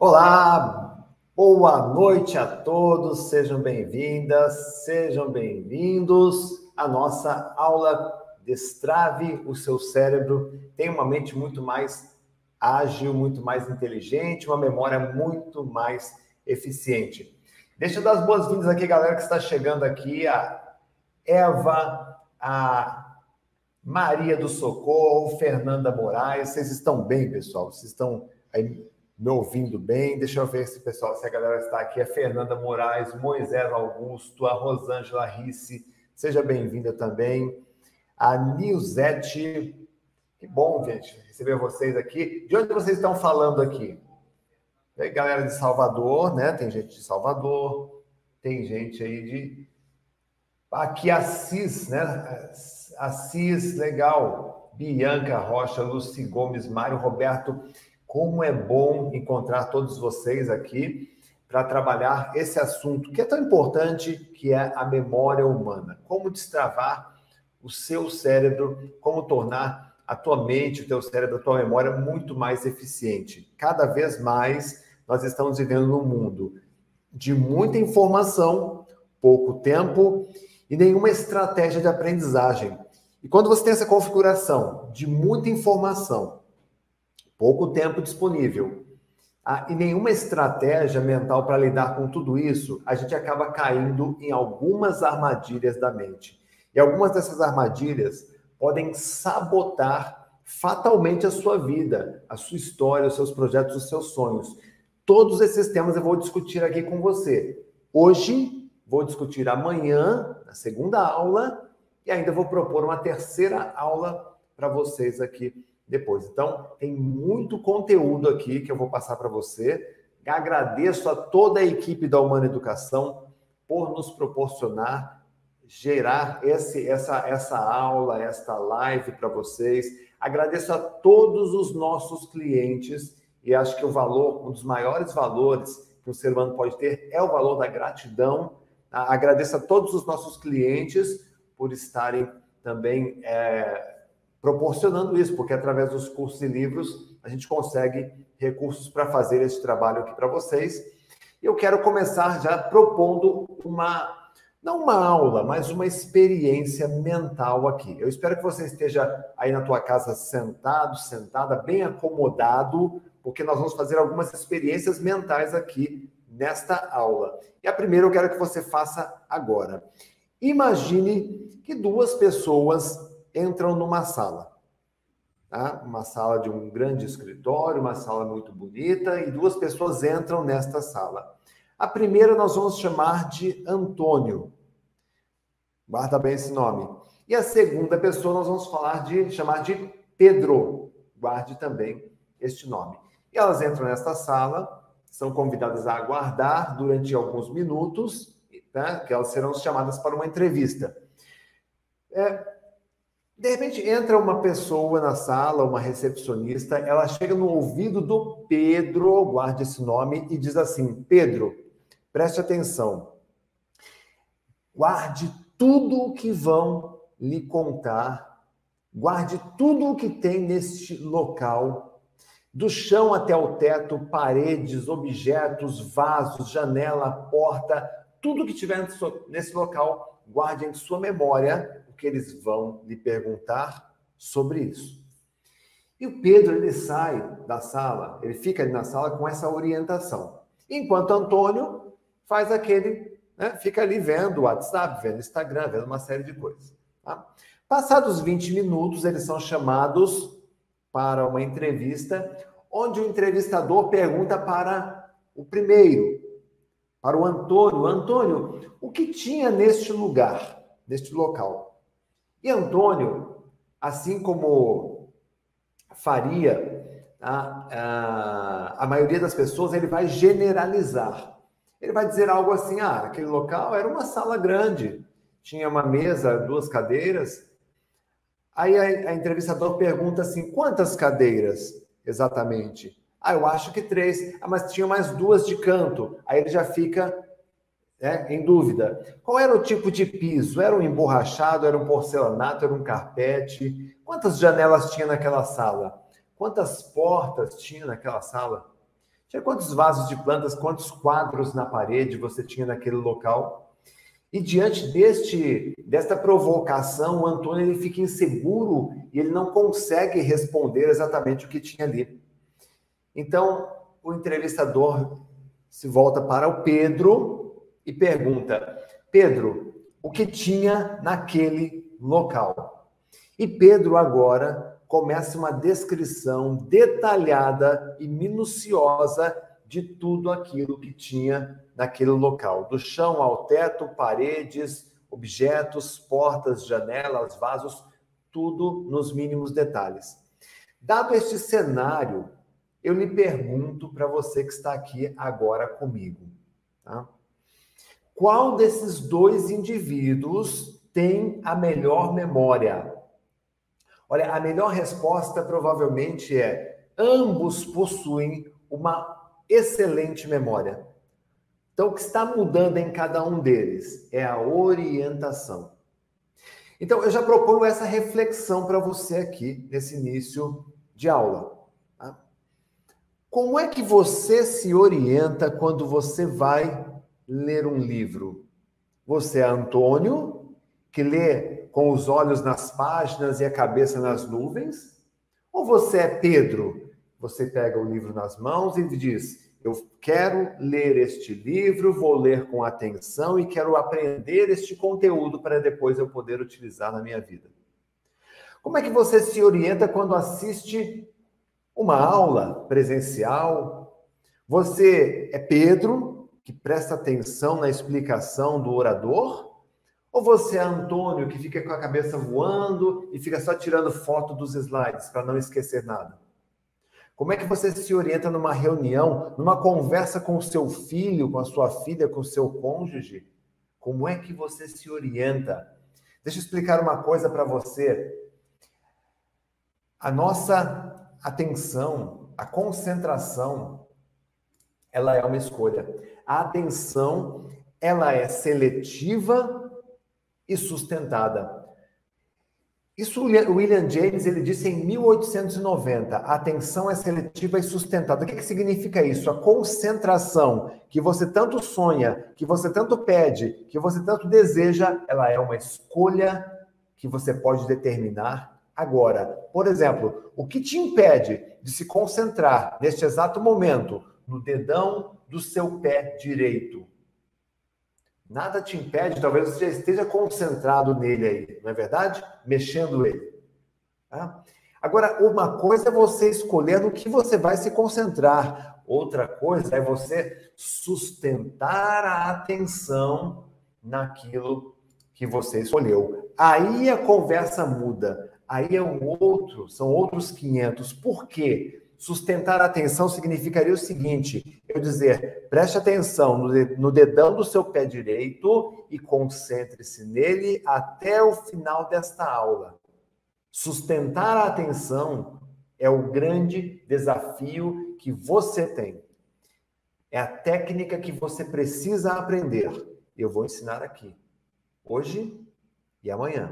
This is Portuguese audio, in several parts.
Olá, boa noite a todos, sejam bem-vindas, sejam bem-vindos à nossa aula Destrave o seu cérebro. Tem uma mente muito mais ágil, muito mais inteligente, uma memória muito mais eficiente. Deixa eu dar as boas-vindas aqui, galera que está chegando aqui, a Eva, a Maria do Socorro, Fernanda Moraes. Vocês estão bem, pessoal? Vocês estão aí me ouvindo bem? Deixa eu ver se a galera está aqui. A Fernanda Moraes, Moisés Augusto, a Rosângela Risse, seja bem-vinda também. A Nilzete, que bom, gente, receber vocês aqui. De onde vocês estão falando aqui? Tem galera de Salvador, né? Tem gente de Salvador, tem gente aí de... Aqui Assis, né? Assis, legal. Bianca Rocha, Luci Gomes, Mário Roberto. Como é bom encontrar todos vocês aqui para trabalhar esse assunto que é tão importante, que é a memória humana. Como destravar o seu cérebro, como tornar a tua mente, o teu cérebro, a tua memória muito mais eficiente. Cada vez mais nós estamos vivendo num mundo de muita informação, pouco tempo e nenhuma estratégia de aprendizagem. E quando você tem essa configuração de muita informação, pouco tempo disponível, e nenhuma estratégia mental para lidar com tudo isso, a gente acaba caindo em algumas armadilhas da mente. E algumas dessas armadilhas podem sabotar fatalmente a sua vida, a sua história, os seus projetos, os seus sonhos. Todos esses temas eu vou discutir aqui com você. Hoje, vou discutir amanhã, na segunda aula, e ainda vou propor uma terceira aula para vocês aqui depois. Então, tem muito conteúdo aqui que eu vou passar para você. Agradeço a toda a equipe da Humana Educação por nos proporcionar, gerar essa aula, esta live para vocês. Agradeço a todos os nossos clientes e acho que o valor, um dos maiores valores que um ser humano pode ter é o valor da gratidão. Agradeço a todos os nossos clientes por estarem também proporcionando isso, porque através dos cursos e livros a gente consegue recursos para fazer esse trabalho aqui para vocês. Eu quero começar já propondo não uma aula, mas uma experiência mental aqui. Eu espero que você esteja aí na tua casa sentado, sentada, bem acomodado, porque nós vamos fazer algumas experiências mentais aqui nesta aula. E a primeira eu quero que você faça agora. Imagine que duas pessoas entram numa sala. Tá? Uma sala de um grande escritório, uma sala muito bonita, e duas pessoas entram nesta sala. A primeira nós vamos chamar de Antônio. Guarda bem esse nome. E a segunda pessoa nós vamos chamar de Pedro. Guarde também este nome. E elas entram nesta sala, são convidadas a aguardar durante alguns minutos, tá? Que elas serão chamadas para uma entrevista. De repente, entra uma pessoa na sala, uma recepcionista, ela chega no ouvido do Pedro, guarde esse nome, e diz assim: Pedro, preste atenção, guarde tudo o que vão lhe contar, guarde tudo o que tem neste local, do chão até o teto, paredes, objetos, vasos, janela, porta, tudo que tiver nesse local, guarde em sua memória o que eles vão lhe perguntar sobre isso. E o Pedro, ele sai da sala, ele fica ali na sala com essa orientação. Enquanto Antônio faz fica ali vendo o WhatsApp, vendo o Instagram, vendo uma série de coisas. Tá? Passados 20 minutos, eles são chamados para uma entrevista, onde o entrevistador pergunta para o primeiro, para o Antônio: Antônio, o que tinha neste lugar, neste local? E Antônio, assim como faria a maioria das pessoas, ele vai generalizar. Ele vai dizer algo assim: aquele local era uma sala grande, tinha uma mesa, duas cadeiras. Aí a entrevistador pergunta assim: quantas cadeiras exatamente? Eu acho que 3. Mas tinha mais 2 de canto. Aí ele já fica em dúvida. Qual era o tipo de piso? Era um emborrachado? Era um porcelanato? Era um carpete? Quantas janelas tinha naquela sala? Quantas portas tinha naquela sala? Tinha quantos vasos de plantas, quantos quadros na parede você tinha naquele local? E diante desta provocação, o Antônio ele fica inseguro e ele não consegue responder exatamente o que tinha ali. Então, o entrevistador se volta para o Pedro e pergunta: Pedro, o que tinha naquele local? E Pedro agora começa uma descrição detalhada e minuciosa de tudo aquilo que tinha naquele local, do chão ao teto, paredes, objetos, portas, janelas, vasos, tudo nos mínimos detalhes. Dado este cenário, eu lhe pergunto para você que está aqui agora comigo, tá? Qual desses dois indivíduos tem a melhor memória? Olha, a melhor resposta provavelmente é: ambos possuem uma excelente memória. Então, o que está mudando em cada um deles é a orientação. Então, eu já proponho essa reflexão para você aqui, nesse início de aula. Tá? Como é que você se orienta quando você vai ler um livro? Você é Antônio, que lê com os olhos nas páginas e a cabeça nas nuvens? Ou você é Pedro? Você pega o livro nas mãos e diz: eu quero ler este livro, vou ler com atenção e quero aprender este conteúdo para depois eu poder utilizar na minha vida. Como é que você se orienta quando assiste uma aula presencial? Você é Pedro, que presta atenção na explicação do orador? Ou você é Antônio, que fica com a cabeça voando e fica só tirando foto dos slides para não esquecer nada? Como é que você se orienta numa reunião, numa conversa com o seu filho, com a sua filha, com o seu cônjuge? Como é que você se orienta? Deixa eu explicar uma coisa para você. A nossa atenção, a concentração, ela é uma escolha. A atenção, ela é seletiva e sustentada. Isso o William James ele disse em 1890. A atenção é seletiva e sustentada. O que significa isso? A concentração que você tanto sonha, que você tanto pede, que você tanto deseja, ela é uma escolha que você pode determinar agora. Por exemplo, o que te impede de se concentrar neste exato momento no dedão do seu pé direito? Nada te impede, talvez você já esteja concentrado nele aí, não é verdade? Mexendo ele. Tá? Agora, uma coisa é você escolher no que você vai se concentrar. Outra coisa é você sustentar a atenção naquilo que você escolheu. Aí a conversa muda. Aí são outros 500. Por quê? Sustentar a atenção significaria o seguinte: eu dizer, preste atenção no dedão do seu pé direito e concentre-se nele até o final desta aula. Sustentar a atenção é o grande desafio que você tem. É a técnica que você precisa aprender. Eu vou ensinar aqui, hoje e amanhã.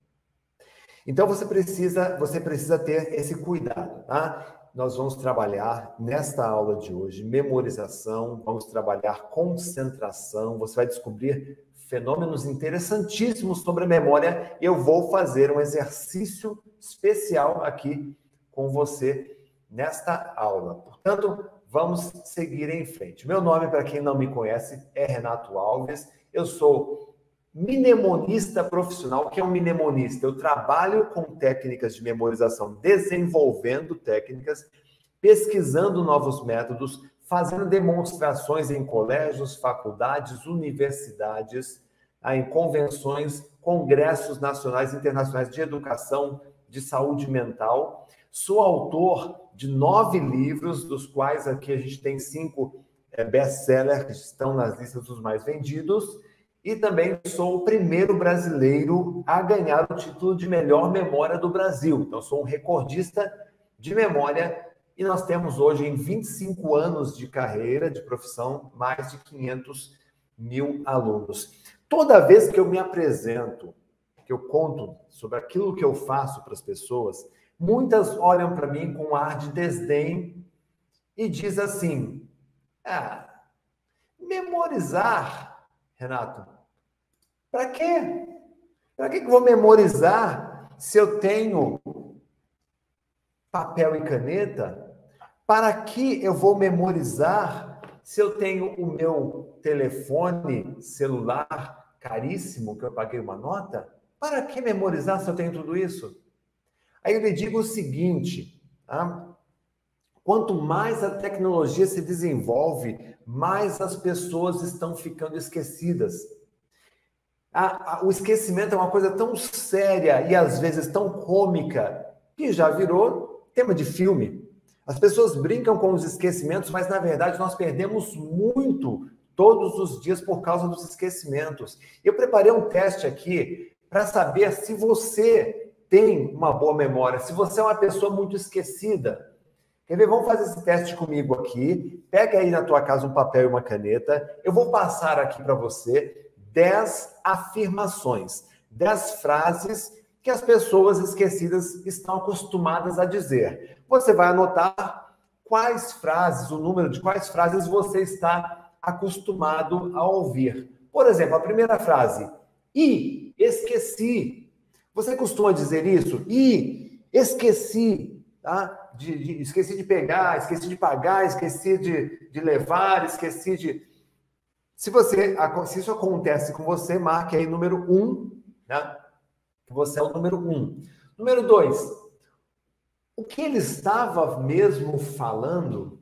Então você precisa ter esse cuidado, tá? Nós vamos trabalhar nesta aula de hoje memorização, vamos trabalhar concentração, você vai descobrir fenômenos interessantíssimos sobre a memória. Eu vou fazer um exercício especial aqui com você nesta aula. Portanto, vamos seguir em frente. Meu nome, para quem não me conhece, é Renato Alves. Eu sou mnemonista profissional. O que é um mnemonista? Eu trabalho com técnicas de memorização, desenvolvendo técnicas, pesquisando novos métodos, fazendo demonstrações em colégios, faculdades, universidades, em convenções, congressos nacionais e internacionais de educação, de saúde mental. Sou autor de 9 livros, dos quais aqui a gente tem 5 best-sellers que estão nas listas dos mais vendidos. E também sou o primeiro brasileiro a ganhar o título de melhor memória do Brasil. Então, sou um recordista de memória e nós temos hoje, em 25 anos de carreira, de profissão, mais de 500 mil alunos. Toda vez que eu me apresento, que eu conto sobre aquilo que eu faço para as pessoas, muitas olham para mim com um ar de desdém e diz assim: Ah, memorizar, Renato, para quê? Para que eu vou memorizar se eu tenho papel e caneta? Para que eu vou memorizar se eu tenho o meu telefone celular caríssimo, que eu paguei uma nota? Para que memorizar se eu tenho tudo isso? Aí eu lhe digo o seguinte, tá? Quanto mais a tecnologia se desenvolve, mais as pessoas estão ficando esquecidas. O esquecimento é uma coisa tão séria e às vezes tão cômica que já virou tema de filme. As pessoas brincam com os esquecimentos, mas na verdade nós perdemos muito todos os dias por causa dos esquecimentos. Eu preparei um teste aqui para saber se você tem uma boa memória, se você é uma pessoa muito esquecida. Quer ver? Vamos fazer esse teste comigo aqui. Pega aí na tua casa um papel e uma caneta. Eu vou passar aqui para você 10 afirmações, 10 frases que as pessoas esquecidas estão acostumadas a dizer. Você vai anotar quais frases, o número de quais frases você está acostumado a ouvir. Por exemplo, a primeira frase, esqueci. Você costuma dizer isso? Esqueci, tá? Esqueci de pegar, esqueci de pagar, esqueci de levar, esqueci de... Se isso acontece com você, marque aí número 1, né? Que você é o número 1. Número 2, o que ele estava mesmo falando?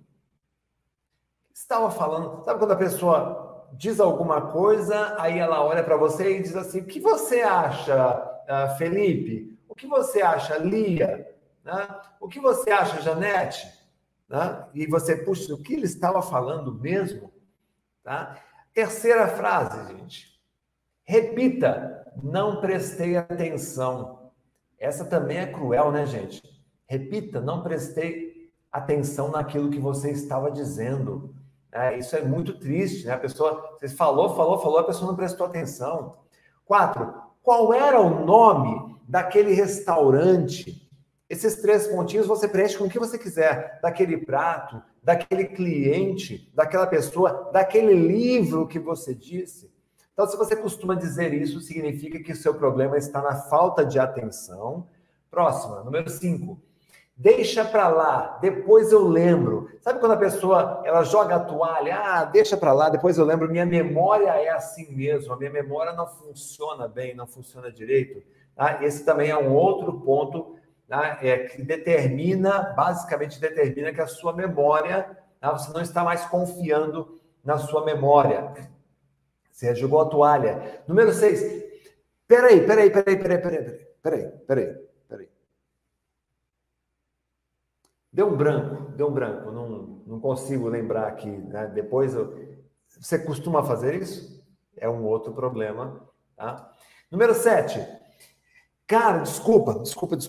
Estava falando, sabe quando a pessoa diz alguma coisa, aí ela olha para você e diz assim, o que você acha, Felipe? O que você acha, Lia? Né? O que você acha, Janete? Né? E você, puxa, o que ele estava falando mesmo? Tá? Terceira frase, gente. Repita, não prestei atenção. Essa também é cruel, né, gente? Repita, não prestei atenção naquilo que você estava dizendo. Isso é muito triste, né? A pessoa, você falou, a pessoa não prestou atenção. 4, qual era o nome daquele restaurante? Esses 3 pontinhos você preenche com o que você quiser, daquele prato, daquele cliente, daquela pessoa, daquele livro que você disse. Então, se você costuma dizer isso, significa que o seu problema está na falta de atenção. Próxima, número 5. Deixa para lá, depois eu lembro. Sabe quando a pessoa ela joga a toalha? Deixa para lá, depois eu lembro. Minha memória é assim mesmo. A minha memória não funciona bem, não funciona direito. Tá? Esse também é um outro ponto, tá? Que basicamente determina que a sua memória, tá? Você não está mais confiando na sua memória. Você jogou a toalha. Número 6. Peraí. Deu um branco. Não consigo lembrar aqui, né? Você costuma fazer isso? É um outro problema, tá? Número 7. Cara, desculpa.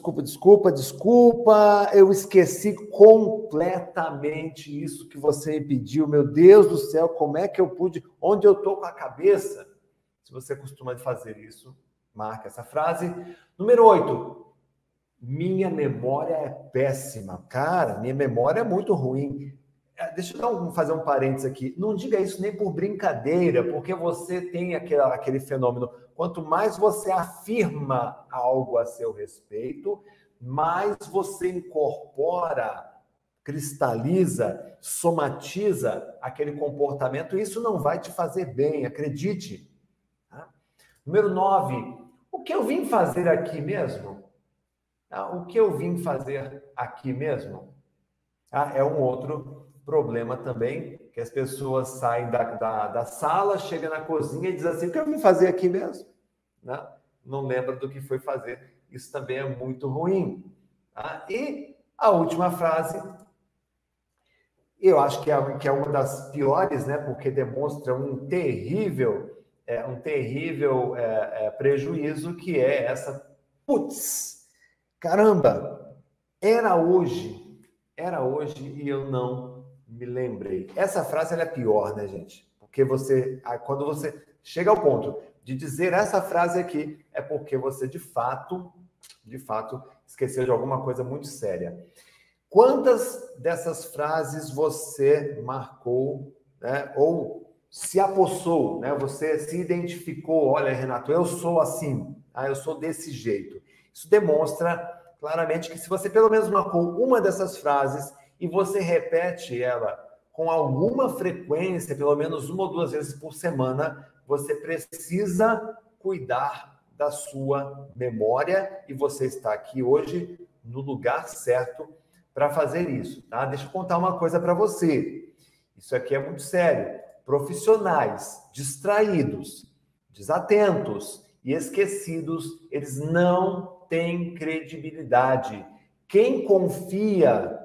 Eu esqueci completamente isso que você me pediu. Meu Deus do céu, como é que eu pude? Onde eu tô com a cabeça? Se você costuma fazer isso, marca essa frase. Número 8. Minha memória é péssima. Cara, minha memória é muito ruim. Deixa eu fazer um parênteses aqui. Não diga isso nem por brincadeira, porque você tem aquele fenômeno. Quanto mais você afirma algo a seu respeito, mais você incorpora, cristaliza, somatiza aquele comportamento. E isso não vai te fazer bem, acredite. Tá? Número 9. O que eu vim fazer aqui mesmo? O que eu vim fazer aqui mesmo? É um outro problema também, que as pessoas saem da sala, chegam na cozinha e dizem assim, o que eu vim fazer aqui mesmo? Né? Não lembra do que foi fazer. Isso também é muito ruim. Tá? E a última frase, eu acho que é uma das piores, né? Porque demonstra um terrível prejuízo, que é essa, putz, caramba, era hoje e eu não me lembrei. Essa frase ela é pior, né, gente? Porque quando você chega ao ponto de dizer essa frase aqui, é porque você de fato esqueceu de alguma coisa muito séria. Quantas dessas frases você marcou né? Ou se apossou, né? Você se identificou, olha, Renato, eu sou assim, eu sou desse jeito. Isso demonstra claramente que se você pelo menos marcou uma dessas frases e você repete ela com alguma frequência, pelo menos 1 ou 2 vezes por semana, você precisa cuidar da sua memória e você está aqui hoje no lugar certo para fazer isso, tá? Deixa eu contar uma coisa para você. Isso aqui é muito sério. Profissionais distraídos, desatentos e esquecidos, eles não têm credibilidade. Quem confia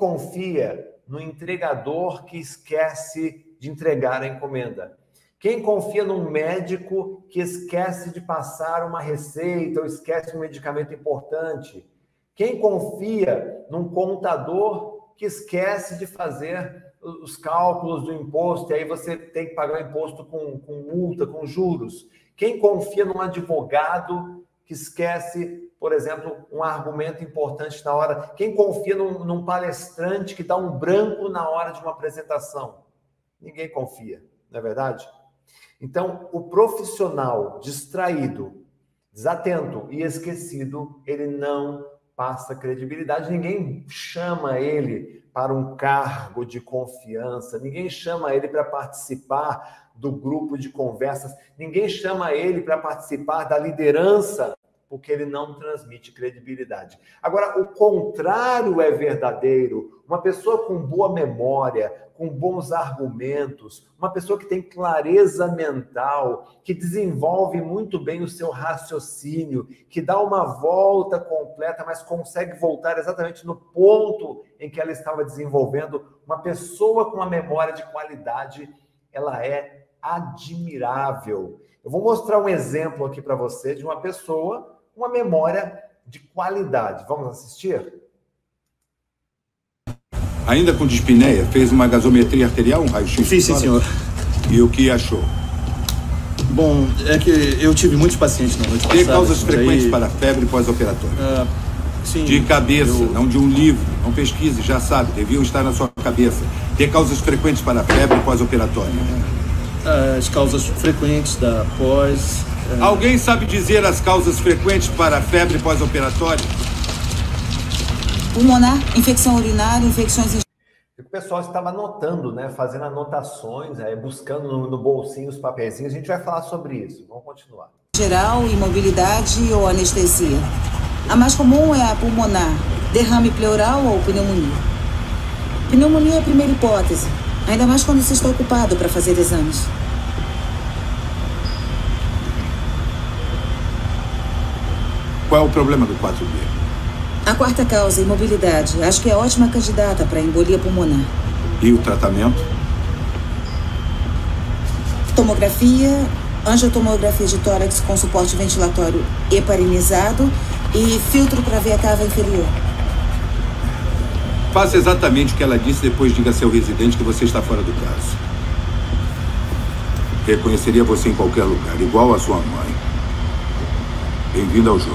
no entregador que esquece de entregar a encomenda? Quem confia num médico que esquece de passar uma receita ou esquece um medicamento importante? Quem confia num contador que esquece de fazer os cálculos do imposto e aí você tem que pagar o imposto com multa, com juros? Quem confia num advogado que esquece, por exemplo, um argumento importante na hora? Quem confia num palestrante que dá um branco na hora de uma apresentação? Ninguém confia, não é verdade? Então, o profissional distraído, desatento e esquecido, ele não passa credibilidade. Ninguém chama ele para um cargo de confiança, ninguém chama ele para participar do grupo de conversas, ninguém chama ele para participar da liderança, porque ele não transmite credibilidade. Agora, o contrário é verdadeiro. Uma pessoa com boa memória, com bons argumentos, uma pessoa que tem clareza mental, que desenvolve muito bem o seu raciocínio, que dá uma volta completa, mas consegue voltar exatamente no ponto em que ela estava desenvolvendo. Uma pessoa com uma memória de qualidade, ela é admirável. Eu vou mostrar um exemplo aqui para você de uma pessoa com uma memória de qualidade. Vamos assistir? Ainda com dispneia, fez uma gasometria arterial, um raio-x? Fiz, sim, senhor. E o que achou? Bom, é que eu tive muitos pacientes na noite passada. Tem causas frequentes para febre pós-operatória? Sim. De cabeça, não de um livro. Não pesquise, já sabe, deviam estar na sua cabeça. Tem causas frequentes para febre pós-operatória? As causas frequentes da pós... Alguém sabe dizer as causas frequentes para febre pós-operatória? Pulmonar, infecção urinária, infecções... O pessoal estava anotando, né? Fazendo anotações, buscando no bolsinho os papeizinhos. A gente vai falar sobre isso. Vamos continuar. Geral, imobilidade ou anestesia. A mais comum é a pulmonar, derrame pleural ou pneumonia. Pneumonia é a primeira hipótese, ainda mais quando se está ocupado para fazer exames. Qual é o problema do 4B? A quarta causa, imobilidade. Acho que é ótima candidata para embolia pulmonar. E o tratamento? Tomografia, angiotomografia de tórax com suporte ventilatório heparinizado e filtro para ver a cava inferior. Faça exatamente o que ela disse, depois diga a seu residente que você está fora do caso. Reconheceria você em qualquer lugar, igual a sua mãe. Bem-vindo ao jogo.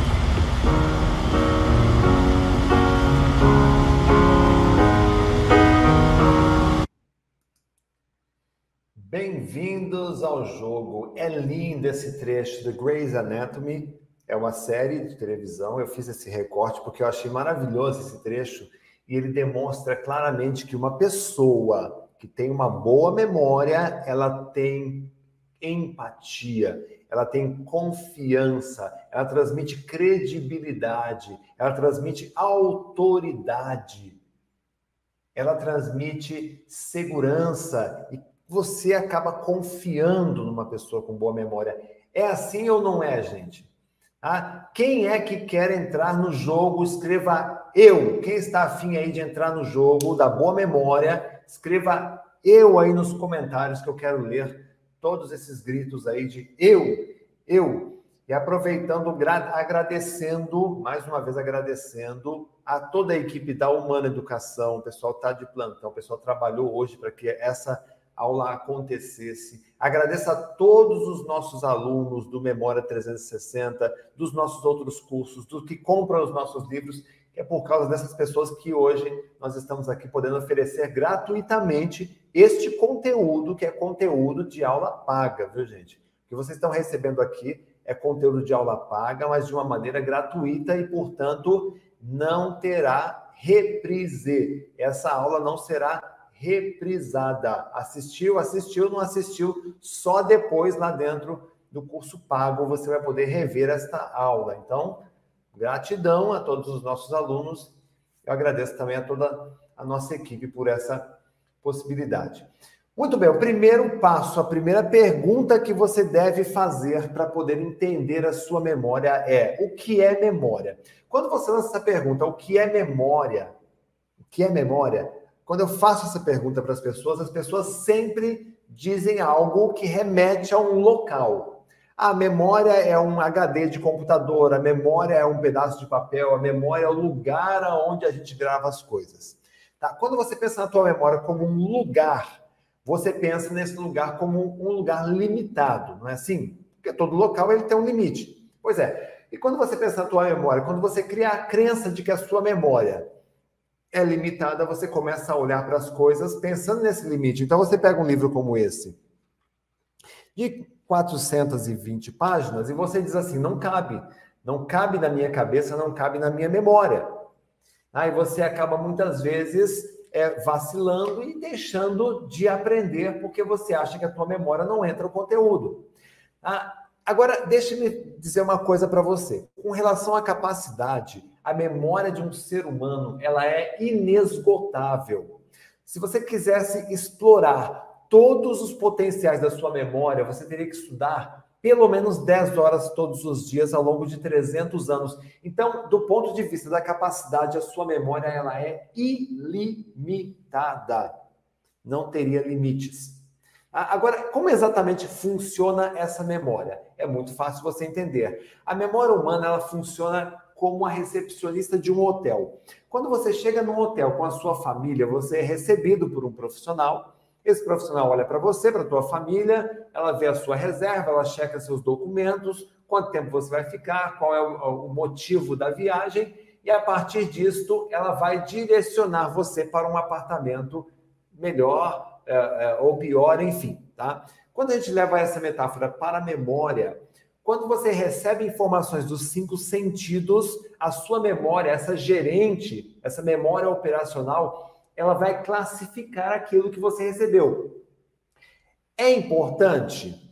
Bem-vindos ao jogo. É lindo esse trecho de Grey's Anatomy. É uma série de televisão. Eu fiz esse recorte porque eu achei maravilhoso esse trecho e ele demonstra claramente que uma pessoa que tem uma boa memória, ela tem empatia, ela tem confiança, ela transmite credibilidade, ela transmite autoridade, ela transmite segurança e você acaba confiando numa pessoa com boa memória. É assim ou não é, gente? Quem é que quer entrar no jogo? Escreva eu. Quem está afim aí de entrar no jogo da boa memória, escreva eu aí nos comentários que eu quero ler todos esses gritos aí de eu. E aproveitando, agradecendo, mais uma vez agradecendo a toda a equipe da Humana Educação. O pessoal está de plantão, o pessoal trabalhou hoje para que essa aula acontecesse. Agradeço a todos os nossos alunos do Memória 360, dos nossos outros cursos, dos que compram os nossos livros, que é por causa dessas pessoas que hoje nós estamos aqui podendo oferecer gratuitamente este conteúdo, que é conteúdo de aula paga, viu, gente? O que vocês estão recebendo aqui é conteúdo de aula paga, mas de uma maneira gratuita e, portanto, não terá reprise. Essa aula não será reprisada. Assistiu, não assistiu, só depois lá dentro do curso pago você vai poder rever esta aula. Então, gratidão a todos os nossos alunos. Eu agradeço também a toda a nossa equipe por essa possibilidade. Muito bem, o primeiro passo, a primeira pergunta que você deve fazer para poder entender a sua memória é: o que é memória? Quando você lança essa pergunta, o que é memória? O que é memória? Quando eu faço essa pergunta para as pessoas sempre dizem algo que remete a um local. A memória é um HD de computador, a memória é um pedaço de papel, a memória é o lugar onde a gente grava as coisas. Tá? Quando você pensa na tua memória como um lugar, você pensa nesse lugar como um lugar limitado, não é assim? Porque todo local ele tem um limite. Pois é. E quando você pensa na tua memória, quando você cria a crença de que a sua memória é limitada, você começa a olhar para as coisas pensando nesse limite. Então você pega um livro como esse, de 420 páginas, e você diz assim: não cabe na minha cabeça, não cabe na minha memória. Aí você acaba muitas vezes vacilando e deixando de aprender porque você acha que a tua memória não entra o conteúdo. Agora, deixe-me dizer uma coisa para você. Com relação à capacidade, a memória de um ser humano, ela é inesgotável. Se você quisesse explorar todos os potenciais da sua memória, você teria que estudar pelo menos 10 horas todos os dias ao longo de 300 anos. Então, do ponto de vista da capacidade, a sua memória ela é ilimitada. Não teria limites. Agora, como exatamente funciona essa memória? É muito fácil você entender. A memória humana ela funciona como a recepcionista de um hotel. Quando você chega num hotel com a sua família, você é recebido por um profissional. Esse profissional olha para você, para a tua família, ela vê a sua reserva, ela checa seus documentos, quanto tempo você vai ficar, qual é o motivo da viagem, e a partir disto, ela vai direcionar você para um apartamento melhor ou pior, enfim. Tá? Quando a gente leva essa metáfora para a memória, quando você recebe informações dos 5 sentidos, a sua memória, essa gerente, essa memória operacional, ela vai classificar aquilo que você recebeu. É importante?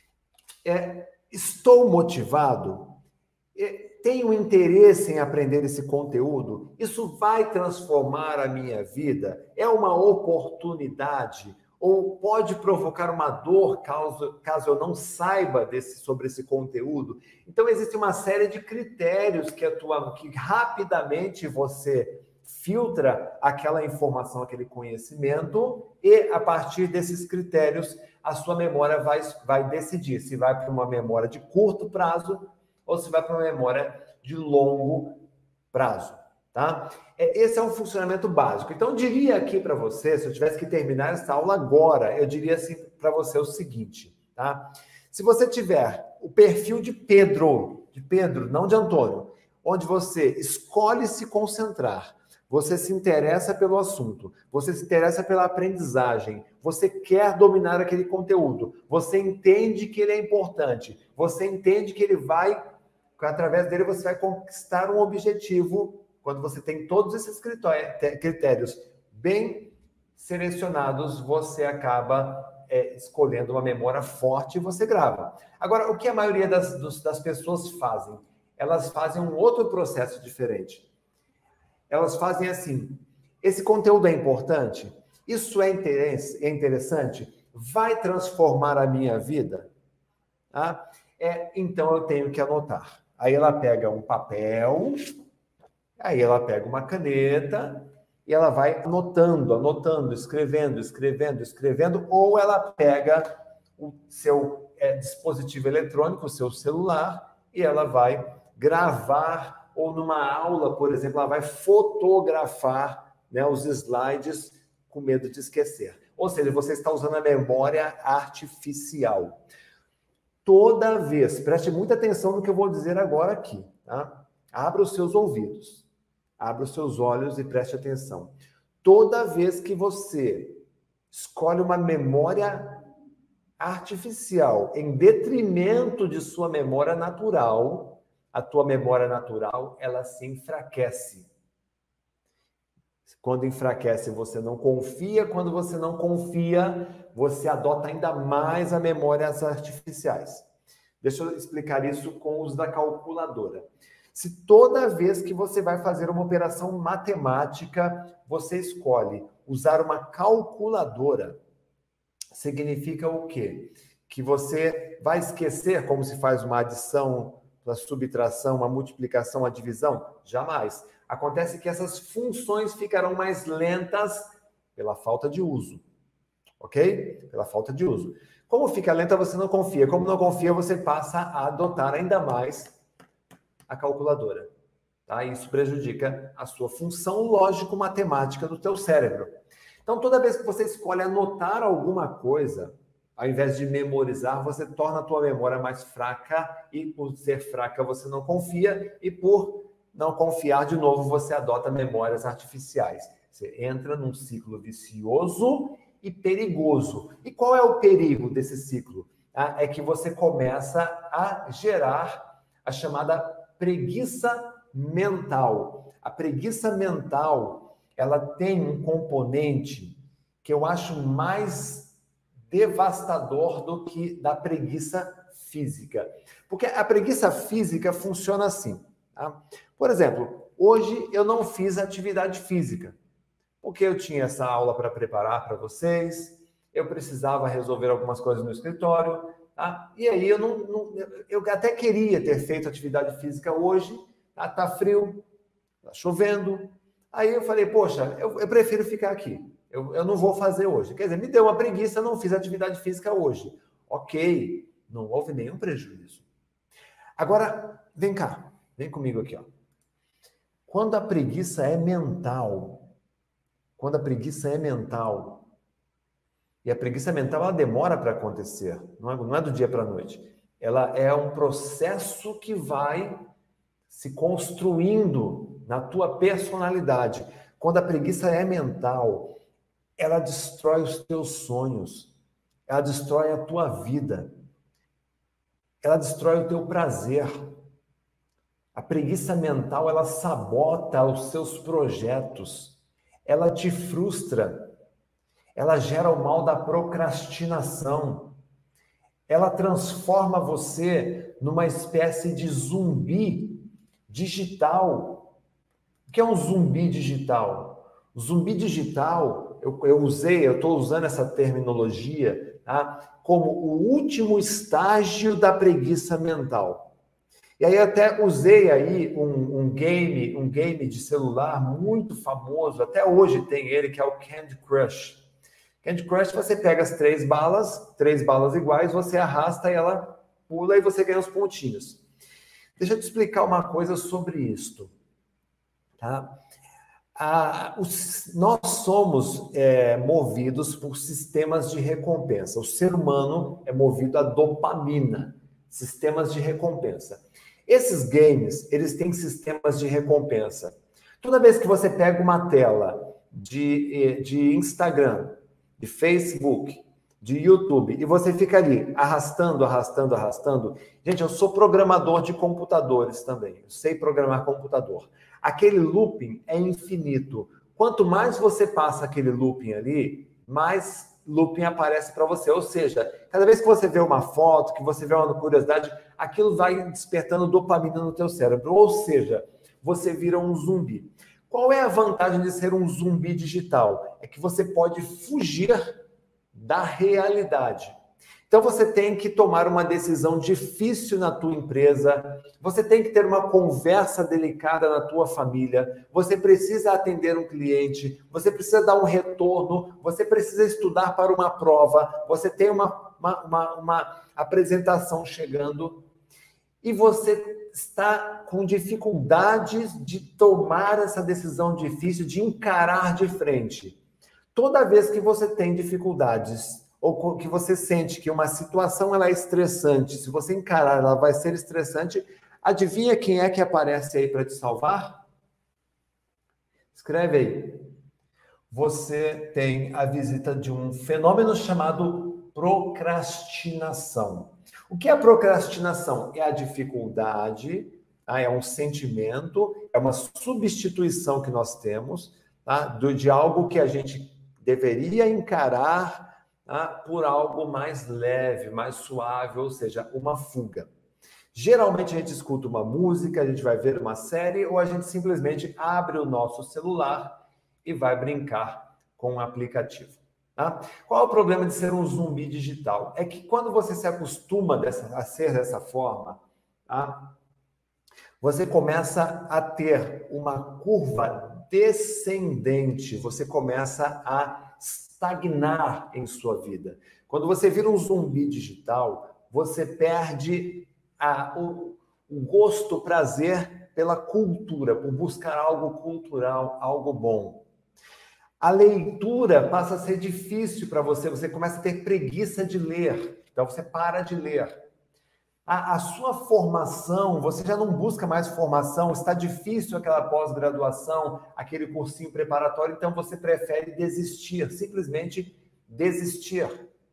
Estou motivado? Tenho interesse em aprender esse conteúdo? Isso vai transformar a minha vida? É uma oportunidade? Ou pode provocar uma dor caso eu não saiba sobre esse conteúdo? Então, existe uma série de critérios que rapidamente você filtra aquela informação, aquele conhecimento, e a partir desses critérios, a sua memória vai decidir se vai para uma memória de curto prazo ou se vai para uma memória de longo prazo. Tá? Esse é um funcionamento básico. Então, eu diria aqui para você, se eu tivesse que terminar essa aula agora, eu diria assim para você o seguinte, tá? Se você tiver o perfil de Pedro, não de Antônio, onde você escolhe se concentrar, você se interessa pelo assunto, você se interessa pela aprendizagem, você quer dominar aquele conteúdo, você entende que ele é importante, você entende que através dele você vai conquistar um objetivo. Quando você tem todos esses critérios bem selecionados, você acaba escolhendo uma memória forte e você grava. Agora, o que a maioria das pessoas fazem? Elas fazem um outro processo diferente. Elas fazem assim: esse conteúdo é importante? Isso é interessante? Vai transformar a minha vida? Tá? Então eu tenho que anotar. Aí ela pega um papel, aí ela pega uma caneta e ela vai anotando, escrevendo, ou ela pega o seu dispositivo eletrônico, o seu celular, e ela vai gravar, ou numa aula, por exemplo, ela vai fotografar, né, os slides com medo de esquecer. Ou seja, você está usando a memória artificial. Toda vez, preste muita atenção no que eu vou dizer agora aqui, tá? Abra os seus ouvidos, abra os seus olhos e preste atenção. Toda vez que você escolhe uma memória artificial em detrimento de sua memória natural, a tua memória natural, ela se enfraquece. Quando enfraquece, você não confia. Quando você não confia, você adota ainda mais as memórias artificiais. Deixa eu explicar isso com o uso da calculadora. Se toda vez que você vai fazer uma operação matemática, você escolhe usar uma calculadora, significa o quê? Que você vai esquecer como se faz uma adição, uma subtração, uma multiplicação, uma divisão? Jamais. Acontece que essas funções ficarão mais lentas pela falta de uso. Ok? Pela falta de uso. Como fica lenta, você não confia. Como não confia, você passa a adotar ainda mais a calculadora. Tá? Isso prejudica a sua função lógico-matemática do teu cérebro. Então, toda vez que você escolhe anotar alguma coisa, ao invés de memorizar, você torna a tua memória mais fraca, e por ser fraca, você não confia, e por não confiar, de novo, você adota memórias artificiais. Você entra num ciclo vicioso e perigoso. E qual é o perigo desse ciclo? É que você começa a gerar a chamada preguiça mental. A preguiça mental, ela tem um componente que eu acho mais devastador do que da preguiça física. Porque a preguiça física funciona assim, tá? Por exemplo, hoje eu não fiz atividade física, porque eu tinha essa aula para preparar para vocês, eu precisava resolver algumas coisas no escritório, tá? E aí eu até queria ter feito atividade física hoje, tá frio, tá chovendo. Aí eu falei, poxa, eu prefiro ficar aqui, eu não vou fazer hoje. Quer dizer, me deu uma preguiça, não fiz atividade física hoje. Ok, não houve nenhum prejuízo. Agora, vem cá, vem comigo aqui, ó. Quando a preguiça é mental, e a preguiça mental, ela demora para acontecer, não é do dia para a noite. Ela é um processo que vai se construindo na tua personalidade. Quando a preguiça é mental, ela destrói os teus sonhos, ela destrói a tua vida, ela destrói o teu prazer. A preguiça mental, ela sabota os seus projetos, ela te frustra, ela gera o mal da procrastinação, ela transforma você numa espécie de zumbi digital. O que é um zumbi digital? O zumbi digital, eu estou usando essa terminologia, tá? Como o último estágio da preguiça mental. E aí até usei aí um game de celular muito famoso, até hoje tem ele, que é o Candy Crush. Candy Crush, você pega as três balas iguais, você arrasta e ela pula e você ganha os pontinhos. Deixa eu te explicar uma coisa sobre isto. Tá? Nós somos movidos por sistemas de recompensa. O ser humano é movido a dopamina, sistemas de recompensa. Esses games, eles têm sistemas de recompensa. Toda vez que você pega uma tela de Instagram, de Facebook, de YouTube, e você fica ali arrastando. Gente, eu sou programador de computadores também. Eu sei programar computador. Aquele looping é infinito. Quanto mais você passa aquele looping ali, mais looping aparece para você. Ou seja, cada vez que você vê uma foto, que você vê uma curiosidade, aquilo vai despertando dopamina no teu cérebro. Ou seja, você vira um zumbi. Qual é a vantagem de ser um zumbi digital? É que você pode fugir da realidade. Então você tem que tomar uma decisão difícil na tua empresa, você tem que ter uma conversa delicada na tua família, você precisa atender um cliente, você precisa dar um retorno, você precisa estudar para uma prova, você tem uma apresentação chegando e você está com dificuldades de tomar essa decisão difícil, de encarar de frente. Toda vez que você tem dificuldades ou que você sente que uma situação ela é estressante, se você encarar, ela vai ser estressante, adivinha quem é que aparece aí para te salvar? Escreve aí. você tem a visita de um fenômeno chamado procrastinação. O que é a procrastinação? É a dificuldade, tá? É um sentimento, é uma substituição que nós temos, tá? De algo que a gente deveria encarar, tá? Por algo mais leve, mais suave, ou seja, uma fuga. Geralmente a gente escuta uma música, a gente vai ver uma série, ou a gente simplesmente abre o nosso celular e vai brincar com o aplicativo. Tá? Qual é o problema de ser um zumbi digital? É que quando você se acostuma a ser dessa forma, tá? Você começa a ter uma curva descendente, você começa a estagnar em sua vida. Quando você vira um zumbi digital, você perde o gosto, o prazer pela cultura, por buscar algo cultural, algo bom. A leitura passa a ser difícil para você, você começa a ter preguiça de ler, então você para de ler. A sua formação, você já não busca mais formação, está difícil aquela pós-graduação, aquele cursinho preparatório, então você prefere desistir, simplesmente desistir.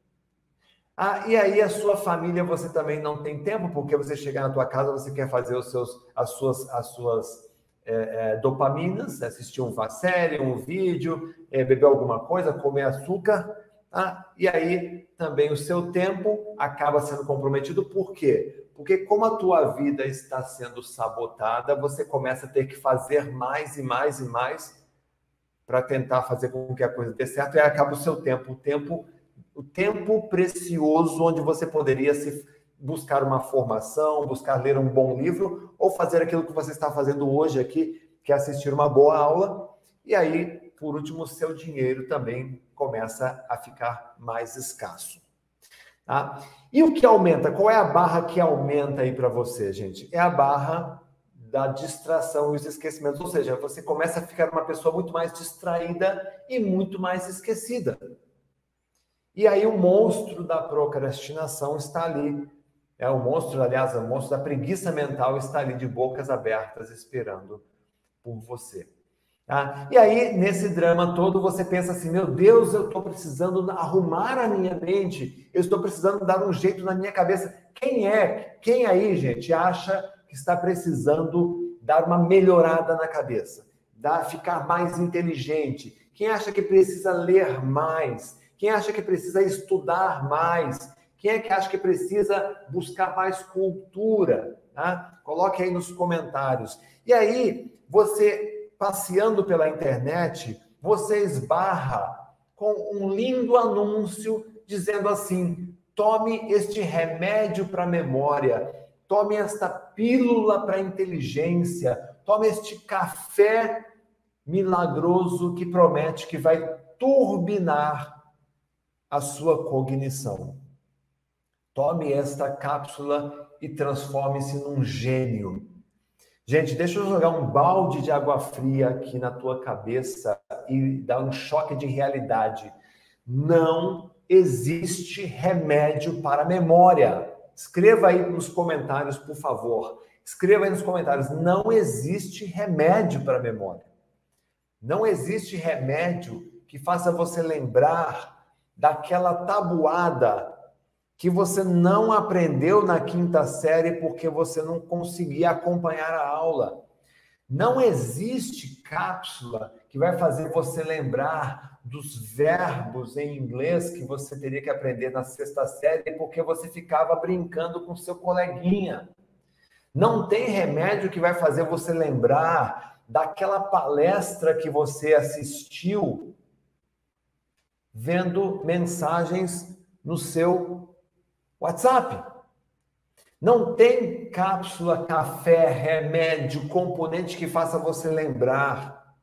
E aí a sua família você também não tem tempo, porque você chega na tua casa, você quer fazer as suas dopaminas, assistir uma série, um vídeo, beber alguma coisa, comer açúcar, tá? E aí também o seu tempo acaba sendo comprometido. Por quê? Porque como a tua vida está sendo sabotada, você começa a ter que fazer mais e mais e mais para tentar fazer com que a coisa dê certo, e aí acaba o seu tempo, o tempo precioso onde você poderia buscar uma formação, buscar ler um bom livro, ou fazer aquilo que você está fazendo hoje aqui, que é assistir uma boa aula. E aí, por último, o seu dinheiro também começa a ficar mais escasso. Tá? E o que aumenta? Qual é a barra que aumenta aí para você, gente? É a barra da distração e os esquecimentos. Ou seja, você começa a ficar uma pessoa muito mais distraída e muito mais esquecida. E aí o monstro da procrastinação está ali. O monstro da preguiça mental está ali de bocas abertas esperando por você. Tá? E aí, nesse drama todo, você pensa assim, meu Deus, eu estou precisando arrumar a minha mente, eu estou precisando dar um jeito na minha cabeça. Quem aí, gente, acha que está precisando dar uma melhorada na cabeça? Ficar mais inteligente? Quem acha que precisa ler mais? Quem acha que precisa estudar mais? Quem é que acha que precisa buscar mais cultura? Tá? Coloque aí nos comentários. E aí, você, passeando pela internet, você esbarra com um lindo anúncio dizendo assim, tome este remédio para a memória, tome esta pílula para a inteligência, tome este café milagroso que promete que vai turbinar a sua cognição. Tome esta cápsula e transforme-se num gênio. Gente, deixa eu jogar um balde de água fria aqui na tua cabeça e dar um choque de realidade. Não existe remédio para a memória. Escreva aí nos comentários, por favor. Escreva aí nos comentários. Não existe remédio para a memória. Não existe remédio que faça você lembrar daquela tabuada que você não aprendeu na quinta série porque você não conseguia acompanhar a aula. Não existe cápsula que vai fazer você lembrar dos verbos em inglês que você teria que aprender na sexta série porque você ficava brincando com seu coleguinha. Não tem remédio que vai fazer você lembrar daquela palestra que você assistiu vendo mensagens no seu WhatsApp. Não tem cápsula, café, remédio, componente que faça você lembrar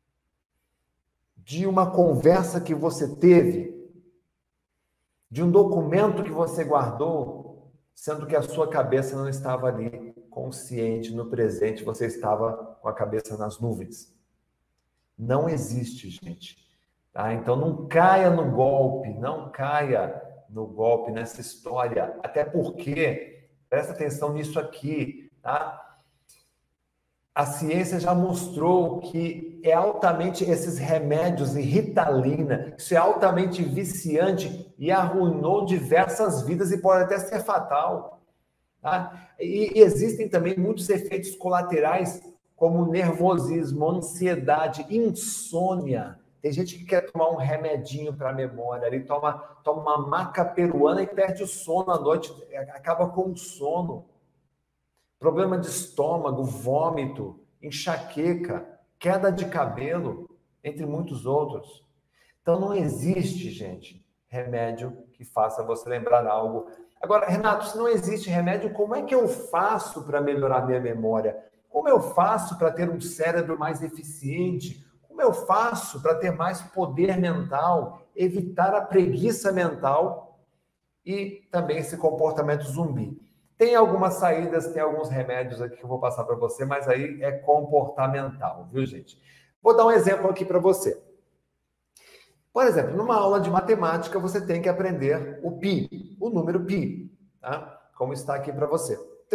de uma conversa que você teve, de um documento que você guardou, sendo que a sua cabeça não estava ali consciente, no presente, você estava com a cabeça nas nuvens. Não existe, gente. Tá? Então não caia no golpe, não caia no golpe, nessa história, até porque, presta atenção nisso aqui, tá? A ciência já mostrou que é altamente, esses remédios e Ritalina, isso é altamente viciante e arruinou diversas vidas e pode até ser fatal. Tá? E existem também muitos efeitos colaterais, como nervosismo, ansiedade, insônia. Tem gente que quer tomar um remedinho para a memória, ele toma uma maca peruana e perde o sono à noite, acaba com o sono. Problema de estômago, vômito, enxaqueca, queda de cabelo, entre muitos outros. Então, não existe, gente, remédio que faça você lembrar algo. Agora, Renato, se não existe remédio, como é que eu faço para melhorar minha memória? Como eu faço para ter um cérebro mais eficiente? Como eu faço para ter mais poder mental, evitar a preguiça mental e também esse comportamento zumbi? Tem algumas saídas, tem alguns remédios aqui que eu vou passar para você, mas aí é comportamental, viu, gente? Vou dar um exemplo aqui para você. Por exemplo, numa aula de matemática, você tem que aprender o pi, o número pi, tá? Como está aqui para você.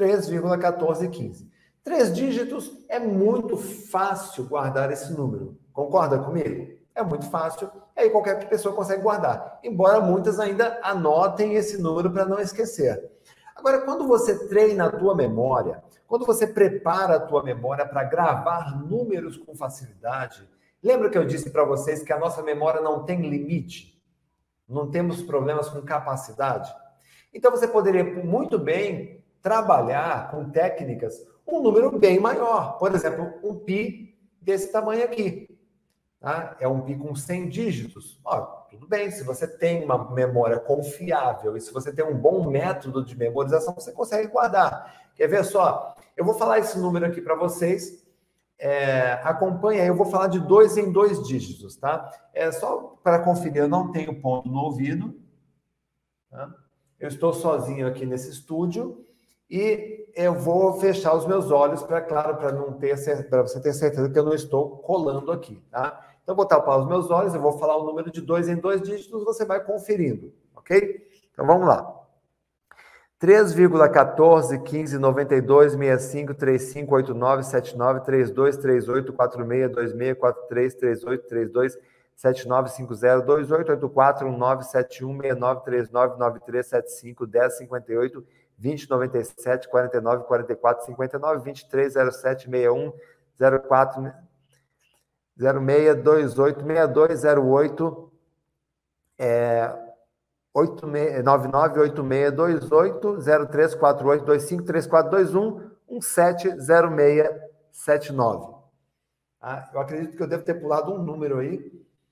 3,1415. 3 dígitos, é muito fácil guardar esse número. Concorda comigo? É muito fácil, aí qualquer pessoa consegue guardar. Embora muitas ainda anotem esse número para não esquecer. Agora, quando você treina a tua memória, quando você prepara a tua memória para gravar números com facilidade, lembra que eu disse para vocês que a nossa memória não tem limite? Não temos problemas com capacidade? Então, você poderia muito bem trabalhar com técnicas um número bem maior. Por exemplo, um pi desse tamanho aqui. Tá? É um pi com 100 dígitos. Ó, tudo bem, se você tem uma memória confiável e se você tem um bom método de memorização, você consegue guardar. Quer ver só? Eu vou falar esse número aqui para vocês. Acompanha aí, eu vou falar de 2 em 2 dígitos, tá? É só para conferir, eu não tenho ponto no ouvido. Tá? Eu estou sozinho aqui nesse estúdio e eu vou fechar os meus olhos para não ter, para você ter certeza que eu não estou colando aqui, tá? Então, eu vou tapar os meus olhos, eu vou falar o número de 2 em 2 dígitos, você vai conferindo, ok? Então, vamos lá. 3,14, 15, 92, 65, 35, 89, 79, 32, 38, 46, 26, 43, 38, 32, 79, 50, 28, 84, 19, 71, 69, 39, 93, 75, 10, 58, 20, 97, 49, 44, 59, 23, 07, 61, 04, 06, 28, 62, 08, 99, 86, 28, 03, 48, 25, 34, 21, 17, 06, 79. Eu acredito que eu devo ter pulado um número aí.